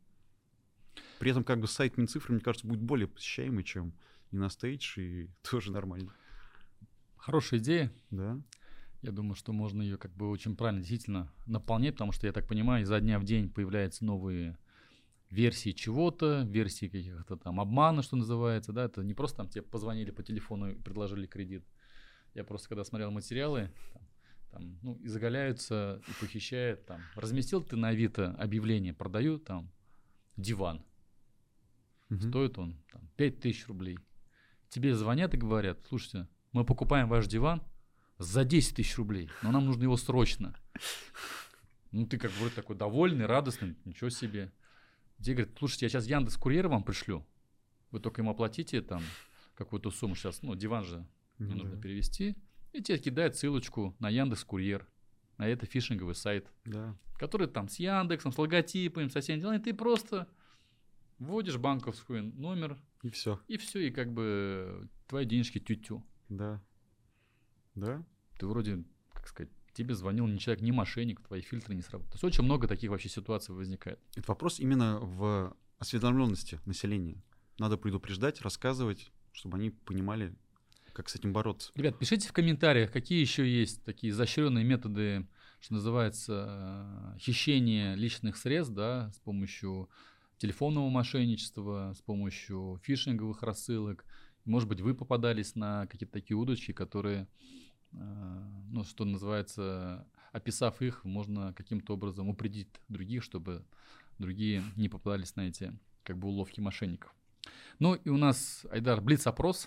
При этом как бы сайт Минцифры, мне кажется, будет более посещаемый, чем InnoStage, и тоже нормально. Хорошая идея. Да. Я думаю, что можно ее как бы очень правильно действительно наполнять, потому что, я так понимаю, изо дня в день появляются новые версии чего-то, версии каких-то там обмана, что называется, да, это не просто там тебе позвонили по телефону и предложили кредит. Я просто, когда смотрел материалы, там, ну, изгаляются и похищают. Там. Разместил ты на Авито объявление, продаю там диван. Стоит он там, 5000 рублей. Тебе звонят и говорят: слушайте, мы покупаем ваш диван за 10 000 рублей, но нам нужно его срочно. Ну, ты как бы такой довольный, радостный, ничего себе. Тебе говорят: слушайте, я сейчас Яндекс.Курьер вам пришлю, вы только им оплатите там какую-то сумму сейчас, ну, диван же мне нужно перевести, и тебе кидают ссылочку на Яндекс.Курьер, на это фишинговый сайт, который там с Яндексом, с логотипами, со всеми делами, ты просто вводишь банковский номер, и все. И как бы твои денежки тю-тю. Да. Ты вроде, как сказать, тебе звонил не человек, не мошенник, твои фильтры не сработали. То есть очень много таких вообще ситуаций возникает. Это вопрос именно в осведомленности населения. Надо предупреждать, рассказывать, чтобы они понимали, как с этим бороться. Ребят, пишите в комментариях, какие еще есть такие изощренные методы, что называется, хищения личных средств, да, с помощью телефонного мошенничества, с помощью фишинговых рассылок. Может быть, вы попадались на какие-то такие удочки, которые, ну, что называется, описав их, можно каким-то образом упредить других, чтобы другие не попадались на эти, как бы, уловки мошенников. Ну и у нас, Айдар, блиц-опрос.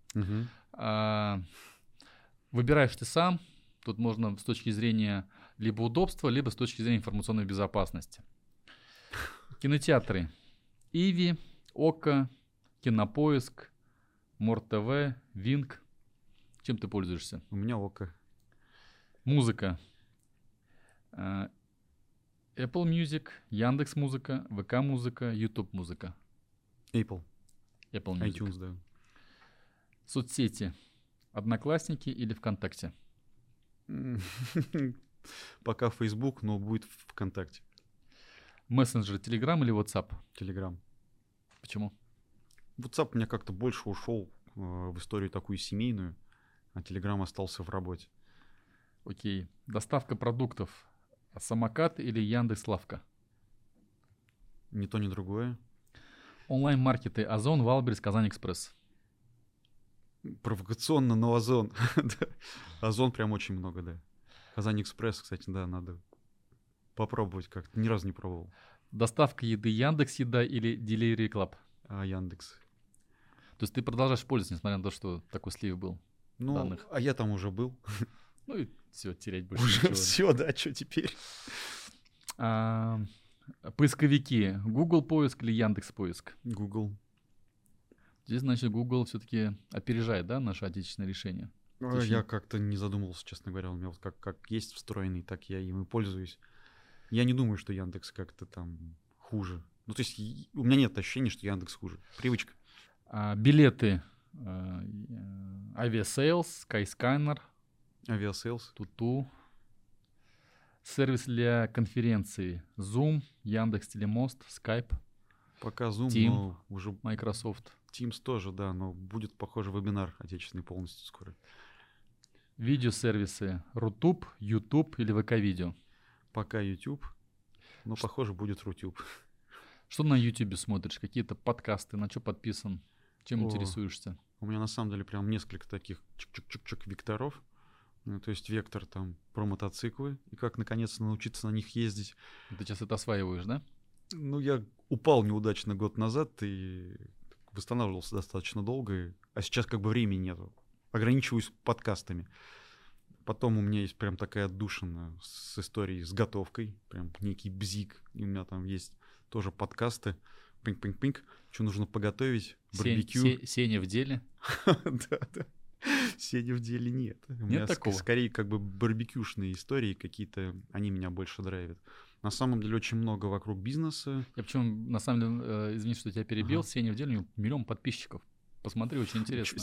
Выбираешь ты сам. Тут можно с точки зрения либо удобства, либо с точки зрения информационной безопасности. Кинотеатры: Иви, Ока, Кинопоиск, Мор-ТВ, Винк. Чем ты пользуешься? У меня Ока. Музыка: Apple Music, Яндекс.Музыка, ВК-музыка, YouTube-музыка. Apple Music. iTunes, да. Соцсети: Одноклассники или ВКонтакте? Пока Facebook, но будет ВКонтакте. Мессенджер: Telegram или WhatsApp? Telegram. Почему? WhatsApp у меня как-то больше ушел в историю такую семейную, а Telegram остался в работе. Окей. Доставка продуктов: Самокат или Яндекс.Лавка? Ни то, ни другое. Онлайн-маркеты: Озон, Валберес, Казань-Экспресс. Провокационно, но Озон. Озон прям очень много, да. Казань-Экспресс, кстати, да, надо попробовать как-то. Ни разу не пробовал. Доставка еды: Яндекс.Еда или Delivery Club? Яндекс. То есть ты продолжаешь пользоваться, несмотря на то, что такой слив был данных? А я там уже был. Ну и все, терять больше Уже ничего. все, да, что теперь? Поисковики: Google поиск или Яндекс поиск? Google. Здесь, значит, Google все-таки опережает, да, наше отечественное решение? Я как-то не задумывался, честно говоря. У меня вот как есть встроенный, так я им и пользуюсь. Я не думаю, что Яндекс как-то там хуже. Ну, то есть у меня нет ощущения, что Яндекс хуже. Привычка. Билеты: Aviasales, Skyscanner, Aviasales. Туту. Сервис для конференции: Zoom, Яндекс Телемост, Skype, Пока Zoom, Team, но уже Microsoft. Teams тоже, да, но будет, похоже, вебинар отечественный полностью скоро. Видеосервисы: Рутуб, YouTube или ВК-видео? Пока YouTube, но, похоже, будет Рутюб. Что на YouTube смотришь? Какие-то подкасты? На что подписан? Чем интересуешься? У меня на самом деле прям несколько таких чик-чик-чик-чик векторов. Ну, то есть вектор там про мотоциклы и как наконец-то научиться на них ездить. Ты сейчас это осваиваешь, да? Ну, я упал неудачно год назад и восстанавливался достаточно долго, а сейчас как бы времени нету. Ограничиваюсь подкастами. Потом у меня есть прям такая отдушина с историей с готовкой, прям некий бзик. И у меня там есть тоже подкасты. Пинг-пинг-пинг. Что нужно поготовить? Барбекю. Сеня в деле? Да. Сеня в деле нет. У меня такого? Скорее как бы барбекюшные истории какие-то, они меня больше драйвят. На самом деле очень много вокруг бизнеса. Я причем, на самом деле, извини, что тебя перебил, Сеня в деле, у него 1 000 000 подписчиков. Посмотри, очень интересно.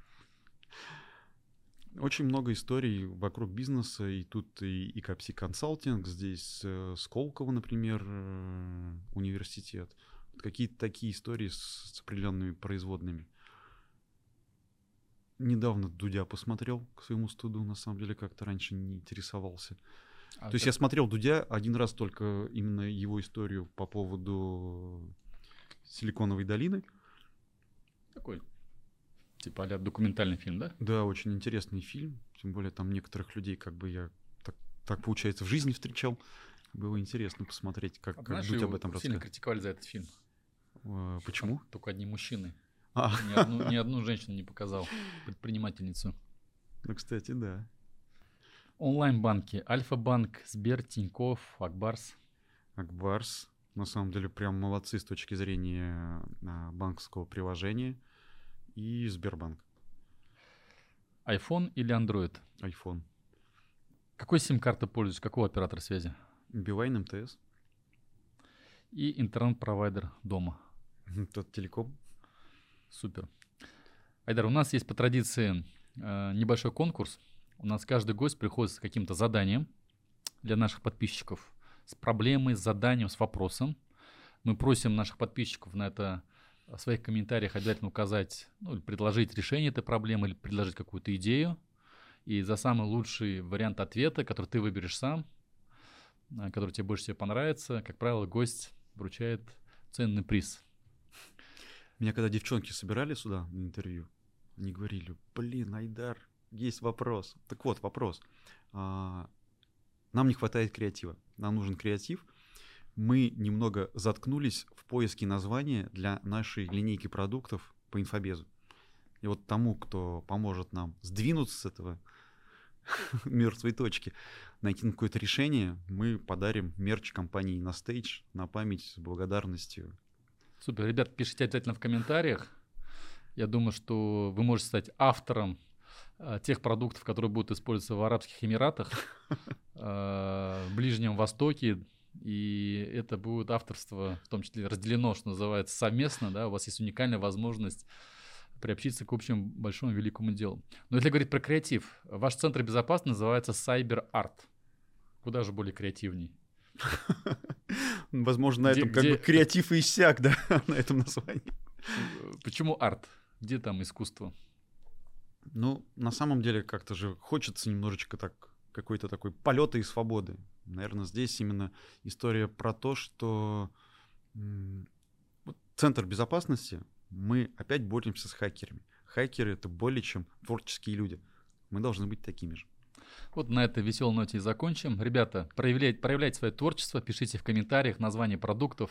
Очень много историй вокруг бизнеса, и тут и Капси консалтинг, здесь Сколково, например, университет. Какие-то такие истории с определенными производными. Недавно Дудя посмотрел, к своему стыду, на самом деле, как-то раньше не интересовался. То есть я смотрел Дудя один раз только именно его историю по поводу Силиконовой долины. Такой, типа а-ля документальный фильм, да? Да, очень интересный фильм. Тем более там некоторых людей как бы я так, получается, в жизни встречал. Было интересно посмотреть, как Знаешь, Дудь об его этом сильно рассказывает. критиковали за этот фильм. Почему? Только одни мужчины. А, Ни одну женщину не показал, предпринимательницу. ну, кстати, да. Онлайн-банки. Альфа-банк, Сбер, Тинькофф, Акбарс. Акбарс, на самом деле, прям молодцы с точки зрения банковского приложения. И Сбербанк, iPhone или Android? iPhone. Какой сим-карты пользуетесь? Какого оператора связи? Билайн, МТС, И интернет-провайдер дома. тот телеком. Супер. Айдар, у нас есть по традиции небольшой конкурс. У нас каждый гость приходит с каким-то заданием для наших подписчиков. С проблемой, с заданием, с вопросом. Мы просим наших подписчиков на это в своих комментариях обязательно указать, ну, или предложить решение этой проблемы, или предложить какую-то идею. И за самый лучший вариант ответа, который ты выберешь сам, который тебе больше всего понравится, как правило, гость вручает ценный приз. Меня когда девчонки собирали сюда на интервью, они говорили: блин, Айдар, есть вопрос. Так вот, вопрос. Нам не хватает креатива. Нам нужен креатив. Мы немного заткнулись в поиске названия для нашей линейки продуктов по инфобезу. И вот тому, кто поможет нам сдвинуться с этого мертвой точки, найти какое-то решение, мы подарим мерч компании InnoStage на память с благодарностью. Супер. Ребят, пишите обязательно в комментариях. Я думаю, что вы можете стать автором тех продуктов, которые будут использоваться в Арабских Эмиратах, в Ближнем Востоке. И это будет авторство, в том числе разделено, что называется, совместно. Да? У вас есть уникальная возможность приобщиться к общему большому великому делу. Но если говорить про креатив, ваш центр безопасности называется Cyber Art. Куда же более креативней? Возможно, на этом как бы креатив и иссяк, да, на этом названии. Почему арт? Где там искусство? Ну, на самом деле, как-то же хочется немножечко так, какой-то такой полета и свободы. Наверное, здесь именно история про то, что центр безопасности, мы опять боремся с хакерами. Хакеры — это более чем творческие люди. Мы должны быть такими же. Вот на этой веселой ноте и закончим. Ребята, проявляйте свое творчество, пишите в комментариях названия продуктов.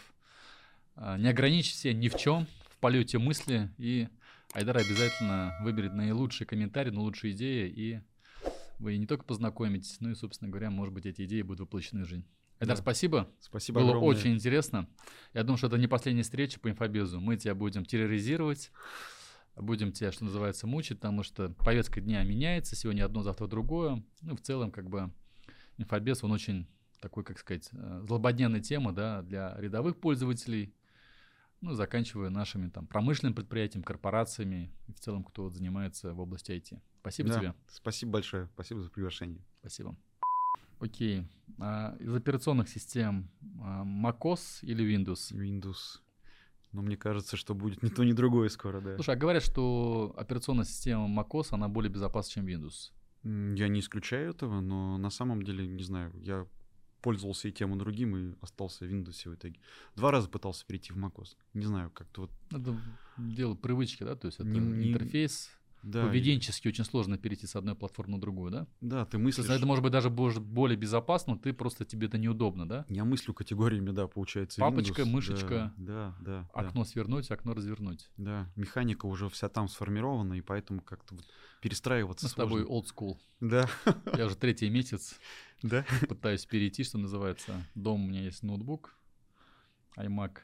Не ограничьтесь себя ни в чем, в полете мысли. И Айдар обязательно выберет наилучший комментарий, наилучшие идеи. И вы не только познакомитесь, но и, собственно говоря, может быть, эти идеи будут воплощены в жизнь. Айдар, спасибо. Спасибо Было огромное. очень интересно. Я думаю, что это не последняя встреча по инфобезу. Мы тебя будем терроризировать. Будем тебя, что называется, мучить, потому что повестка дня меняется, сегодня одно, завтра другое. Ну, в целом, как бы, инфобез, он очень такой, как сказать, злободневная тема, да, для рядовых пользователей, ну, заканчивая нашими там промышленными предприятиями, корпорациями и в целом, кто вот занимается в области IT. Спасибо тебе. Спасибо большое, спасибо за приглашение. Спасибо. Окей. Из операционных систем macOS или Windows? Windows. Но мне кажется, что будет ни то, ни другое скоро, да. Слушай, а говорят, что операционная система macOS, она более безопасна, чем Windows. Я не исключаю этого, но на самом деле, не знаю, я пользовался и тем, и другим, и остался в Windows в итоге. 2 раза пытался перейти в macOS. Не знаю, как-то вот... Это дело привычки, да? То есть это Не- интерфейс. Да, Поведенчески очень сложно перейти с одной платформы на другую, да? да, ты То мыслишь... есть это может быть даже более безопасно, но тебе это неудобно, да? Я мыслю категориями, да, получается. Папочка, Windows, мышечка, да. окно свернуть, окно развернуть. Да, механика уже вся там сформирована, и поэтому как-то вот перестраиваться Мы с сложно. тобой old school. Да, Я уже 3-й месяц да. пытаюсь перейти, что называется. Дома у меня есть ноутбук, iMac.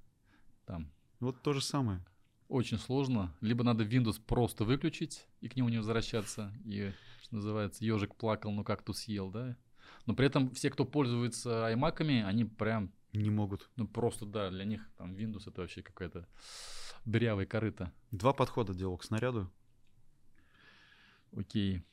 Там Вот то же самое. очень сложно. Либо надо Windows просто выключить и к нему не возвращаться. И, что называется, ежик плакал, но кактус съел, да? Но при этом все, кто пользуется iMac'ами, они прям, Не могут. ну просто, да, для них там Windows это вообще какая-то дырявая корыта. 2 подхода делал к снаряду. Окей.